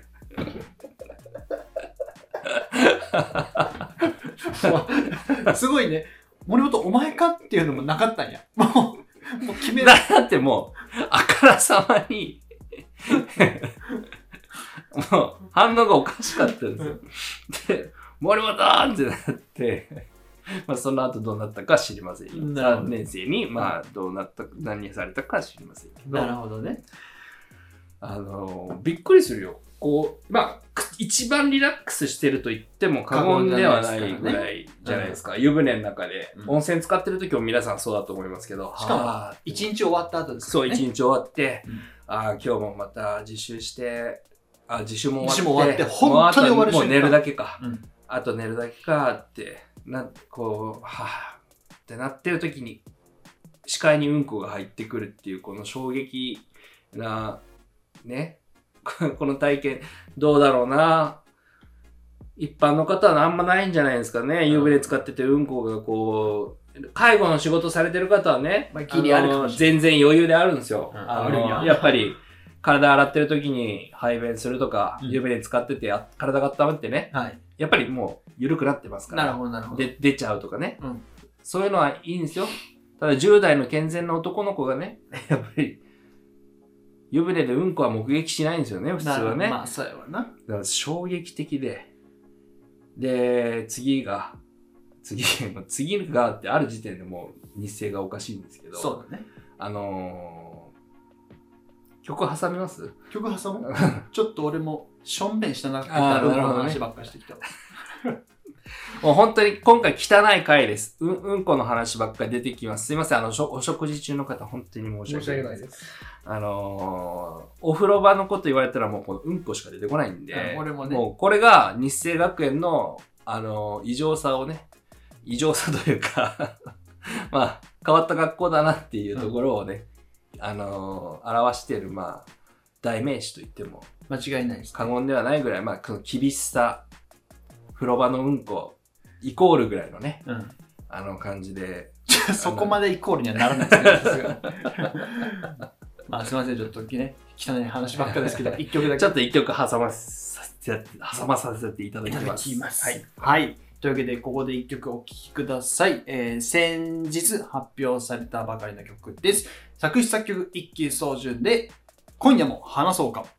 すごいね。森本お前かっていうのもなかったんや。もう、もう決めだらってもう、あからさまに、もう反応がおかしかったんですよ。で、森本ーってなって、まあその後どうなったか知りませんよ。 なるほどさんねん生に、まあどうなった、何されたか知りませんけど。 なるほどね。 あの、びっくりするよ。こう、まあ、く一番リラックスしてると言っても過言ではないぐらいじゃないですか。湯船の中で、 うん温泉使ってる時も皆さんそうだと思いますけど。 しかもはあ一日終わった後ですそう、 からね。 一日終わって、 うんああ、今日もまた自習して、あ自習も終わって、 自習も終わって本当に終わる瞬間もうあともう寝るだけか。 うんあと寝るだけかって、な、こう、はあってなってる時に、視界にうんこが入ってくるっていう、この衝撃な、ね、この体験、どうだろうな。一般の方はあんまないんじゃないですかね。湯船使っててうんこがこう、介護の仕事されてる方はね、 まあギリあるかもしれない全然余裕であるんですよ。 うんああるんやのやっぱり、体洗ってる時に排便するとか、 うん湯船使っててあ体が温まってね、 はい。 やっぱりもう緩くなってますから。 なるほど、なるほど。 で、出ちゃうとかね。 うんそういうのはいいんですよ。ただじゅう代の健全な男の子がね、やっぱり、湯船でうんこは目撃しないんですよね、普通はね。 まあ、そうやわな。 だから衝撃的で。で、次が、次、次がってある時点でもう日程がおかしいんですけど、 そうだね。 あのー曲挟みます？ 曲挟むちょっと俺もしょんべんしたなってきあたーなるほどねうんこの話ばっかりしてきた。 もう本当に今回汚い回です。う、うんこの話ばっかり出てきます。すいません。あの、しょお食事中の方、本当に申し訳ないです。あのー、お風呂場のこと言われたらもうこのうんこしか出てこないんで、 うん俺もねもうこれが日生学園の、あのー、異常さをね、異常さというか、まあ、変わった学校だなっていうところをね、うん、あのー、表している、まあ、代名詞と言っても、 間違いないです、ね。 過言ではないぐらい、まあ、その厳しさ、風呂場のうんこ、イコールぐらいのね、 うん、 あの感じで。 そこまでイコールにはならないですね。まあすみません、ちょっとね、汚い話ばっかですけど、一曲だけ。 ちょっと一曲挟まさせて、挟まさせていただきます。 いただきます。 はい。 はい。というわけで、ここで一曲お聴きください。えー、先日発表されたばかりの曲です。作詞作曲一休宗純で、今夜も話そうか。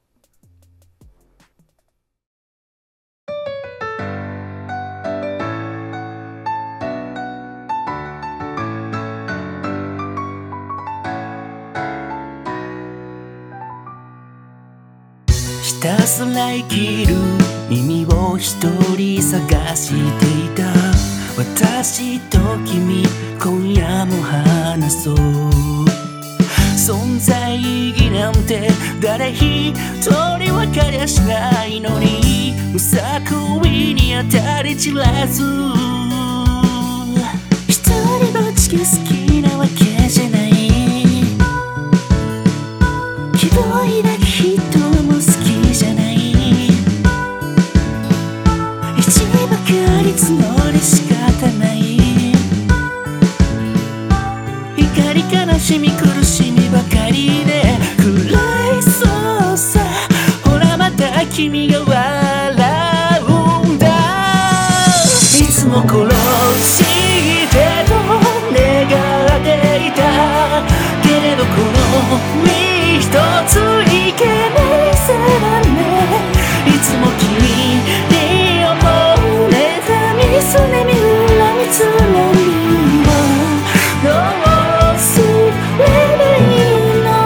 ひたすら生きる意味を一人探していた私と君、今夜も話そう。存在意義なんて誰一人分かりゃしないのに、無作為に当たり散らず一人ぼっちが好きなわけじゃない。希望抱き人も好きじゃない。一ばかり募り仕方ない。怒り悲しみ苦しみばかりで暗いそうさ。ほらまた君が笑うんだ。いつも殺してと願っていたけれど、この身一ついけないさだね。いつも君に思う妬みすねみ恨みつらみはどうすればいいの。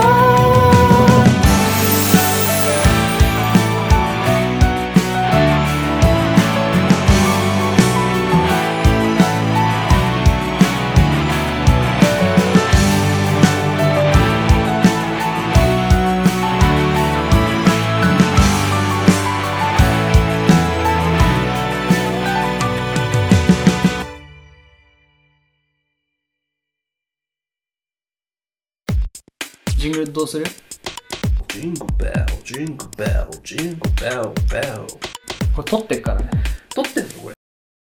ジングルどうする？ ジングベル、ジングベル、ジングベル、ベル。 これ撮ってっからね。 撮ってんのこれ。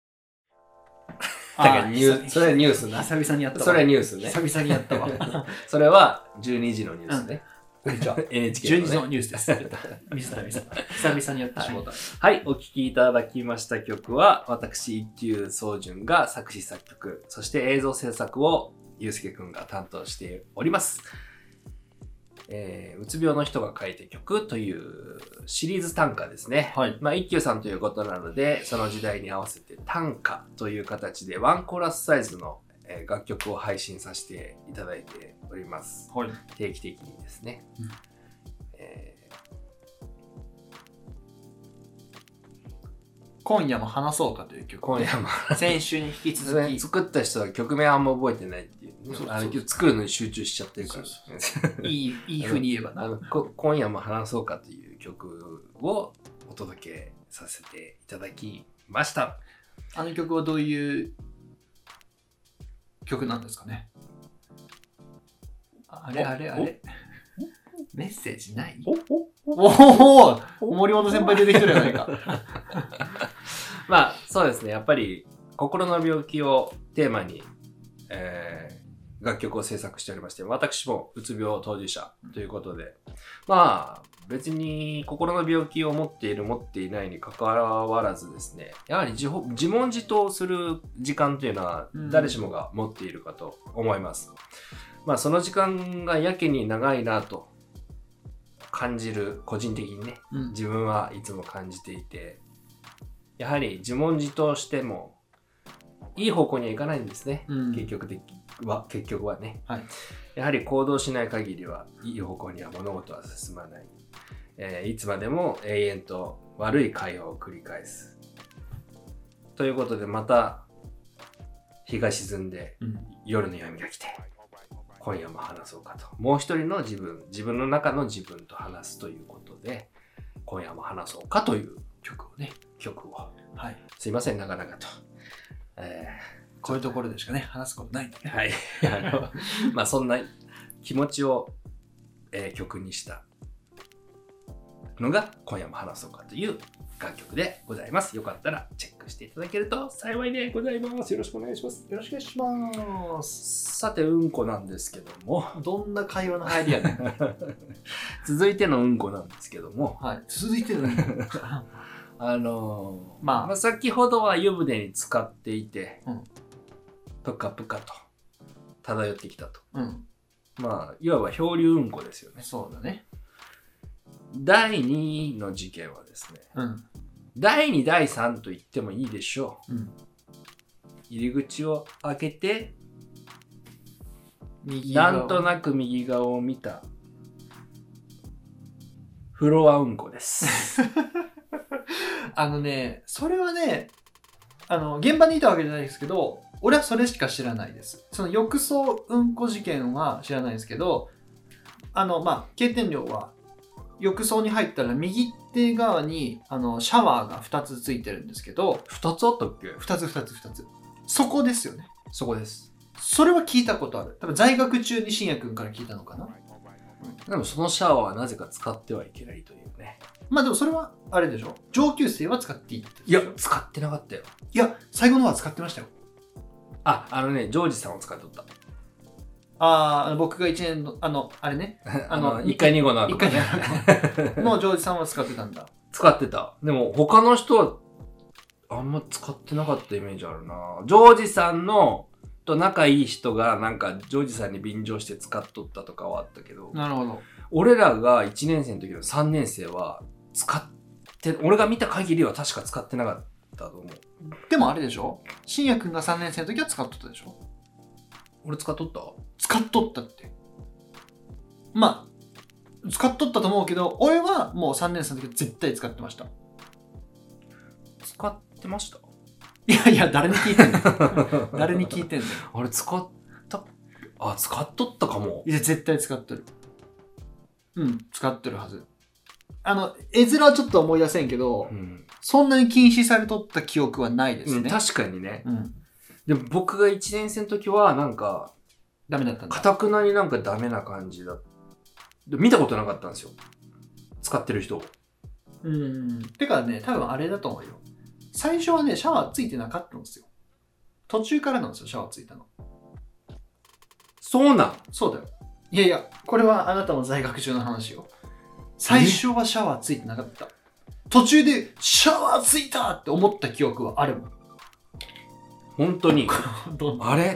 あだからニュース、それはニュースな。 久々にやったわ。 それはニュースね。 久々にやったわ。 それはじゅうにじのニュースね。 こんにちは。 エヌエイチケじゅうー のね。 にじのニュースです。ミスったミスった。久々にやってしまった。 はい、お聴きいただきました曲は、私、一休宗純が作詞作曲、そして映像制作をゆうすけくんが担当しております。えー、うつ病の人が書いた曲というシリーズ短歌ですね。 はい。 まあ、一休さんということなので、その時代に合わせて短歌という形でワンコーラスサイズのえー楽曲を配信させていただいております。 はい。 定期的にですね。 うんえ今夜も話そうかというー曲。 今夜も先週に引き続き。 作った人は曲名あんま覚えてないっていう、ね、 そうそうあの作るのに集中しちゃってるから。 いい、いい風に言えばな。 あのこ今夜も話そうかという曲をお届けさせていただきました。 あの曲はどういう曲なんですかね。あれあれあれ。メッセージないおおお森本先輩出てきてるじゃないか。 まあそうですね、やっぱり心の病気をテーマに、えー、楽曲を制作しておりまして、私もうつ病当事者ということで、まあ別に心の病気を持っている持っていないにかかわらずですね、やはり自自問自答する時間というのは誰しもが持っているかと思います。うん、まあその時間がやけに長いなと感じる、個人的にね、うん、自分はいつも感じていて、やはり自問自答してもいい方向にはいかないんですね、うん、結局的は結局はね、 はい、 やはり行動しない限りはいい方向には物事は進まない、えー、いつまでも永遠と悪い会話を繰り返すということで、また日が沈んで、うん、夜の闇が来て今夜も話そうかと、もう一人の自分自分の中の自分と話すということで、今夜も話そうかという曲をね曲を、はい、すいませんなかなかと、えー、こういうところでしかね話すことないんでね、 はいあのまあそんな気持ちを、えー、曲にしたのが今夜も話そうかという楽曲でございます。よかったらチェックしていただけると幸いでございます。よろしくお願いします。 よろしくお願いします。 さてうんこなんですけども、 どんな会話の入りやねん続いてのうんこなんですけども、 はい、続いてのうんこあのーまあ、 まあ先ほどは湯船に浸かっていて、うん、ぷかぷかと漂ってきたと、うん、まあいわば漂流うんこですよね。 そうだね。 だいにの事件はですね、うん、だいにだいさんと言ってもいいでしょう、うん、入り口を開けて右なんとなく右側を見たフロアうんこですあのね、それはね、あの現場にいたわけじゃないですけど、俺はそれしか知らないです。その浴槽うんこ事件は知らないですけど、あのまあ経験量は浴槽に入ったら右手側にあのシャワーがふたつついてるんですけど、 ふたつあったっけ？ ふたつふたつふたつ。そこですよね。 そこです。 それは聞いたことある。多分在学中に信也くんから聞いたのかな。 でもそのシャワーはなぜか使ってはいけないというね。 まあでもそれはあれでしょ。上級生は使っていいって。 いや使ってなかったよ。 いや最後のは使ってましたよ。 あ、あのねジョージさんを使っとった。 ああ、僕がいちねんの、あの、あれね。 あの、いっかいに号の後かね。 のジョージさんは使ってたんだ。 使ってた。でも、他の人は、あんま使ってなかったイメージあるな。ジョージさんの、と仲いい人が、なんか、ジョージさんに便乗して使っとったとかはあったけど。 なるほど。 俺らがいちねん生の時のさんねん生は、使って、俺が見た限りは確か使ってなかったと思う。 でもあれでしょ？信也くんがさんねん生の時は使っとったでしょ？ 俺使っとった？ 使っとったって。まあ、使っとったと思うけど、俺はもうさんねん生の時は絶対使ってました。 使ってました？ いやいや、誰に聞いてんの誰に聞いてんのあれ使った？あ、使っとったかも。 いや、絶対使ってる。うん、使ってるはず。あの、絵面はちょっと思い出せんけど、うん、そんなに禁止されとった記憶はないですね。うん、 確かにね。うんでも僕がいちねん生の時はなんかダメだったんだ。 堅くなになんかダメな感じだ。見たことなかったんですよ。使ってる人を。 うーん。てかね、多分あれだと思うよ。最初はね、シャワーついてなかったんですよ。途中からなんですよ、シャワーついたの。 そうなん？ そうだよ。いやいや、これはあなたの在学中の話よ。最初はシャワーついてなかった。途中でシャワーついたって思った記憶はあるもん。 本当にあれ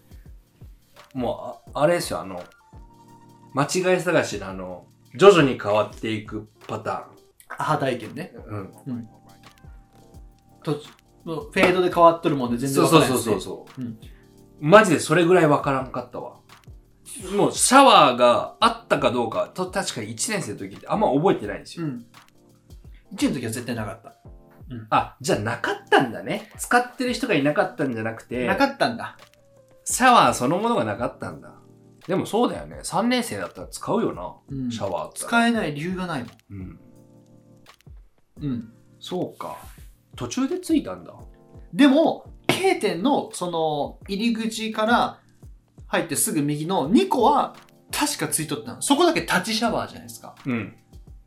もう あ, あれですよ、あの間違い探しのあの徐々に変わっていくパターン。 アハ体験ね。 うん、うん、 とフェードで変わっとるもんで全然分からないですね。 そうそうそうそう、うん、マジでそれぐらい分からんかったわ。もうシャワーがあったかどうかと確かにいちねん生の時ってあんま覚えてないんですよ、うん、 いちねんの時は絶対なかった。 うん、あ、じゃあなかったんだね。使ってる人がいなかったんじゃなくて、 なかったんだ。 シャワーそのものがなかったんだ。でもそうだよね。さんねん生だったら使うよな、うん、シャワーって。 使えない理由がないもん。うん。 うん。そうか。途中でついたんだ。 でも、K 点のその入り口から入ってすぐ右のにこは確かついとったの。そこだけ立ちシャワーじゃないですか。うん。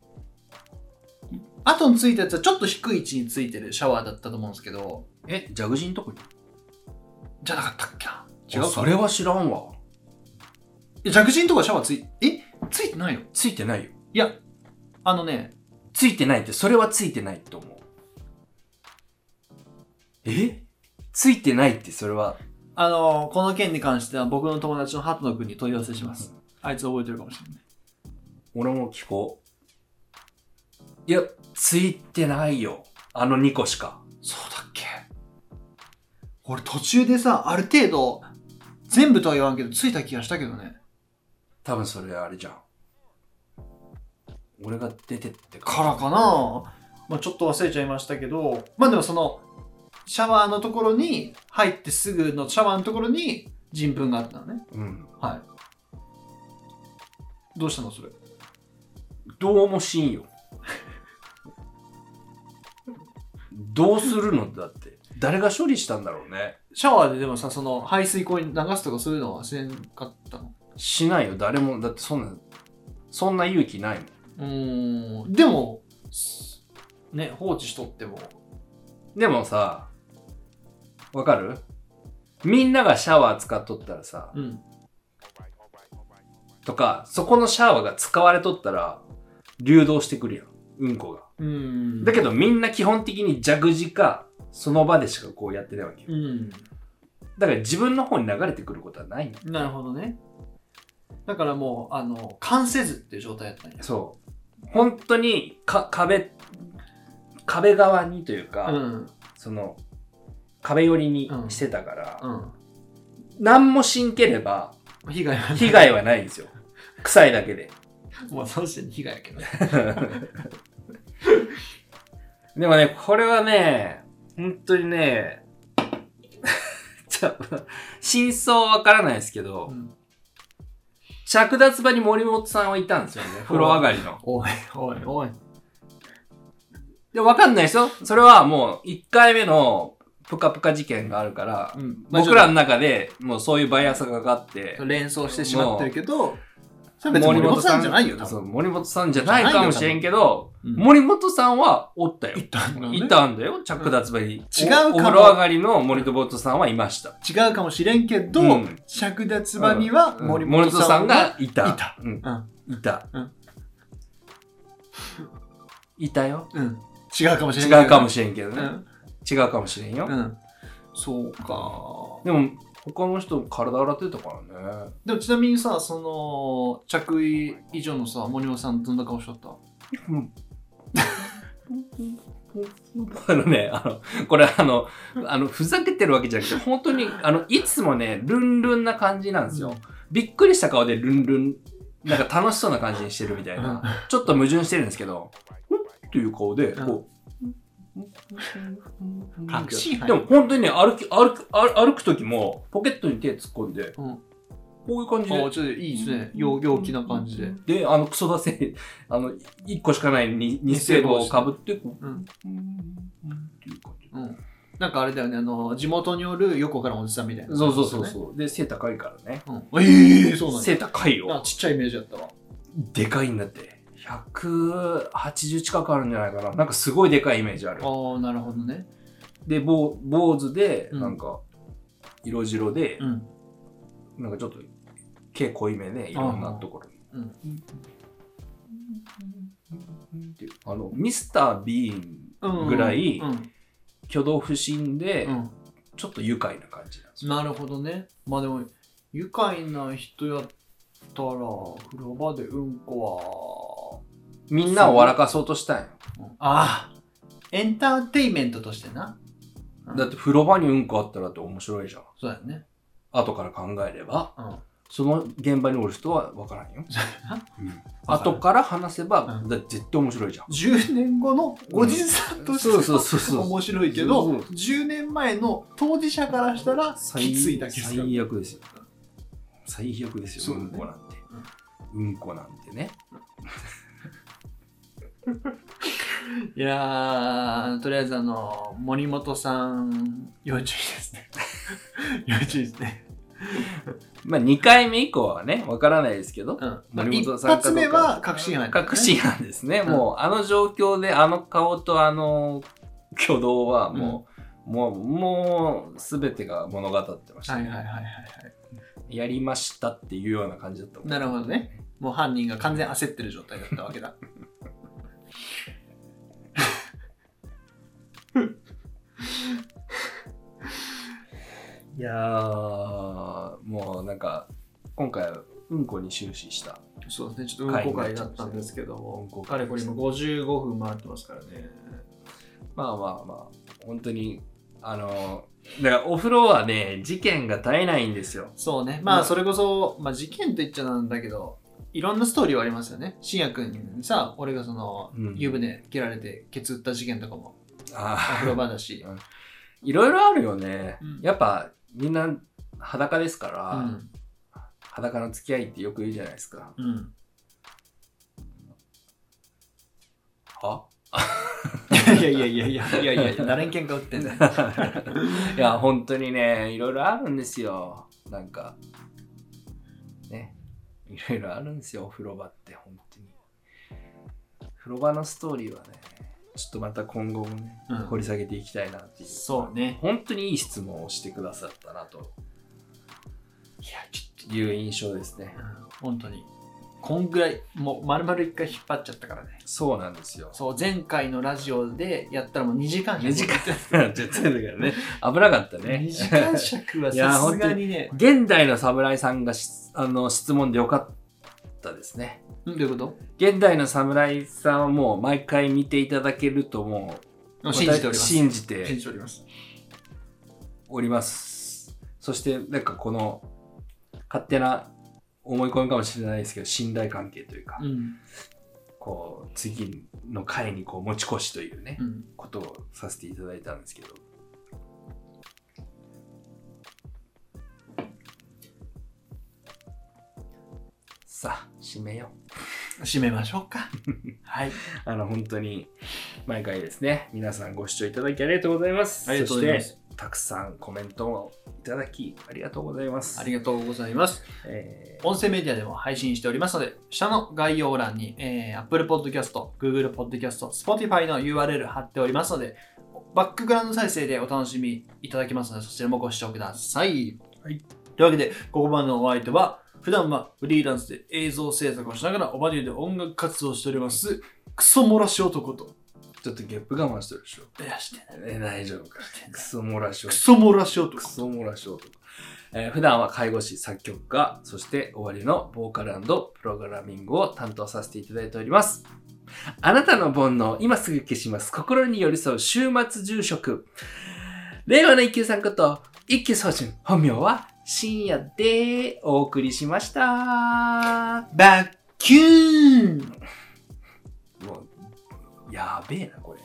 後についたやつはちょっと低い位置についてるシャワーだったと思うんですけど。 え、蛇口のとこにじゃなかったっけな。 違うか。それは知らんわ。 いや、蛇口のとこはシャワーつい、えついてないよ。 ついてないよ。 いや、あのね。 ついてないって、それはついてないと思う。えついてないってそれは。 あのー、この件に関しては僕の友達の鳩野くんに問い合わせします。あいつ覚えてるかもしれない。 俺も聞こう。いや、ついてないよ。あのにこしか。 そうだっけ？俺途中でさ、ある程度全部とは言わんけどついた気がしたけどね。 多分それあれじゃん。俺が出てってからかな。まあちょっと忘れちゃいましたけど、まあでもそのシャワーのところに入ってすぐのシャワーのところに人糞があったのね。 うん。 はい。どうしたのそれ。 どうもしんよ。どうするのだって誰が処理したんだろうね。 シャワーででもさ、その排水溝に流すとかそういうのはせんかったの？ しないよ誰も。だってそんなそんな勇気ないもん。 うーん。でもね、放置しとっても。 でもさ、わかる？みんながシャワー使っとったらさ、 うん、 とかそこのシャワーが使われとったら流動してくるやん、うんこが。 うん。 だけどみんな基本的に蛇口かその場でしかこうやってないわけよ。 うん。 だから自分の方に流れてくることはないんだ。 なるほどね。だからもうあの関せずっていう状態やったんや。 そう。本当にか壁壁側にというか、 うん、 その壁寄りにしてたから、 うんうん、 何もしんければ被害はない。 被害はないんですよ。臭いだけで。 もうその時点で被害やけど。 でもね、これはね、本当にね、ちょ真相はわからないですけど、うん、着脱場に森本さんはいたんですよね。風呂上がりの。 おいおいおい。 で、わかんないですよ。それはもういっかいめのプカプカ事件があるから、うん、僕らの中でもうそういうバイアスがかかって、 連想してしまってるけど、それ別に森本さんじゃないよ。多分そう森本さんじゃないかもしれんけど、うん、森本さんはおったよ。いたんだよ、ね。いたんだよ。着脱場に。違うかも。お風呂上がりの森本さんはいました。 違うかもしれんけど、うん、着脱場には森本さんがいた。 いた。うん。いた。うん、いたよ。 うん。違うかもしれんけど、ね。違うかもしれんけどね。うん、違うかもしれんよ。 うん。そうか。 でも、他の人体洗ってたからね。 でもちなみにさ、その着衣以上のさ、森本さんどんな顔しちゃった？うん。 あのね、あの、これあの、あの、ふざけてるわけじゃなくて、本当に、あの、いつもね、ルンルンな感じなんですよ。うん、びっくりした顔でルンルン、なんか楽しそうな感じにしてるみたいな。ちょっと矛盾してるんですけど、んっていう顔で、こう、 確信でも本当にね、歩き、歩く、歩く時も、ポケットに手突っ込んで、うん、こういう感じで。 ああ、ちょっといいですね。陽気な感じで。 で、あの、クソだせ、あの、一個しかないに日生帽をかぶって、こう、うん。っていう感じ。うん。なんかあれだよね、あの、地元におる横からおじさんみたいな、ね。 そうそうそうそう。で、背高いからね。 うん、ええー、そうなんだ。 背高いよ。 あ、ちっちゃいイメージだったわ。 でかいんだって。ひゃくはちじゅう近くあるんじゃないかな。なんかすごいでかいイメージある。 ああ、なるほどね。 で、坊主で、なんか、色白で、うん、なんかちょっと、毛濃いめで、いろんなところに。うん、あの、ミスター・ビーンぐらい、挙動不審で、うん、ちょっと愉快な感じなんですよ。 なるほどね。まあでも、愉快な人やったら、風呂場でうんこは、 みんなを笑かそうとしたんよ。 うん、ああ、エンターテインメントとしてな。 うん、だって風呂場にうんこあったらって面白いじゃん。 そうだよね。 後から考えれば、うん、その現場におる人は分からんよ。うん、後から話せば、うん、だ絶対面白いじゃん。 じゅうねんごのおじさんとしては面白いけど、じゅうねんまえの当事者からしたらきついだけですよ。 最悪ですよ。最悪ですよ、ね、うんこなんて。うん、うんこなんてね。 いやー、とりあえずあの、森本さん、要注意ですね。要注意ですね。 まあにかいめ以降はね、わからないですけど、うん、 森本さんかどうか。一発目は確信犯、ね。 確信犯ですね。うん、もうあの状況であの顔とあの挙動はもう、うん、もう、もうすべてが物語ってました、ね。 はいはいはいはい、はい。 やりましたっていうような感じだったもんね。なるほどね。もう犯人が完全焦ってる状態だったわけだ。 いやー、もうなんか今回はうんこに終始した。 そうですね、ちょっとうんこ会だったんですけども、うん、かれこれもごじゅうごふん回ってますからね。 まあまあまあ、本当にあの、だからお風呂はね、事件が絶えないんですよ。 そうね。まあ、 うんそれこそ、まあ、事件と言っちゃなんだけど、いろんなストーリーはありますよね。信也くんにさ、俺がその、 うん湯船切られてケツ打った事件とかも、おあ風呂場だし。 あ。いろいろあるよね。 うんやっぱ、みんな裸ですかうら、 ん。 裸の付き合いってよく言うじゃないですか。 うん。 はいやいやいやいやいやいやいや、誰に喧嘩売ってんだよ。 いや、本当にね、いろいろあるんですよ。なんか、ね、いろいろあるんですよ、お風呂場って、本当に。風呂場のストーリーはね、ちょっとまた今後もね、 うん掘り下げていきたいなっていう。 そうね。 本当にいい質問をしてくださったなといや、ちょっいう印象ですね。 と、うん本当に。こんぐらい、もう丸々一回引っ張っちゃったからね。 そうなんですよ。 そう、前回のラジオでやったらもうにじかんにじかんちょっとだからね、危なかったね。 にじかん尺はいやさすがにね。 現代の侍さんがしあの質問でよかったですね。 んどういうこと現代の侍さんはもう毎回見ていただけるともう信じております。 信じ信てじております。 おります。そしてなんかこの勝手な思い込みかもしれないですけど、信頼関係というか、 うん。 こう次の回にこう持ち越しというね、 うん。 ことをさせていただいたんですけど、さあ締めよう。 締めましょうか。はい。 あの本当に毎回ですね、皆さんご視聴いただきありがとうございます。 ありがとうございますそしてたくさんコメントをいただきありがとうございます。 ありがとうございます。 えー音声メディアでも配信しておりますので、下の概要欄に、えー、Apple Podcast、Google Podcast、Spotify の ユーアールエル 貼っておりますので、バックグラウンド再生でお楽しみいただけますので、そちらもご視聴ください。 はい。 というわけで、ここまでのお相手は、普段はフリーランスで映像制作をしながら、オバデューで音楽活動をしております、クソ漏らし男と。 ちょっとゲップ我慢してるでしょ。 いや、してない。 え大丈夫か。クソ漏らしク男。 ソ漏らし男ク。ソ漏らし男。えー普段は介護士、作曲家、そして終わりのボーカル&プログラミングを担当させていただいております。あなたの煩悩、今すぐ消します。心に寄り添う週末住職。令和の一休さんこと、一休総順。本名は深夜でお送りしました。 バッキューンもう、やべえな、これ。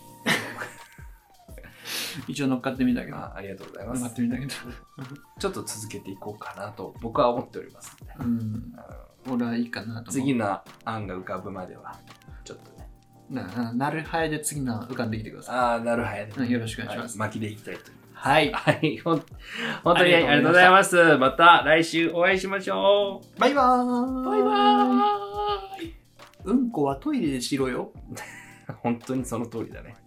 一応乗っかってみたけど。 あありがとうございます乗っかって。みたけど。 ちょっと続けていこうかなと僕は思っておりますので、 うん。 あの俺はいいかなと思う。 次の案が浮かぶまではちょっとね、 ななるはやで次の浮かんできてくださああなるはやい。うんよろしくお願いします。 はい、巻きでいきたいと思います。 はい。 はい、ほん本当にありがとうございます。また来週お会いしましょう。 バイバーイ。 バイバーイ。 うんこはトイレでしろよ。 本当にその通りだね。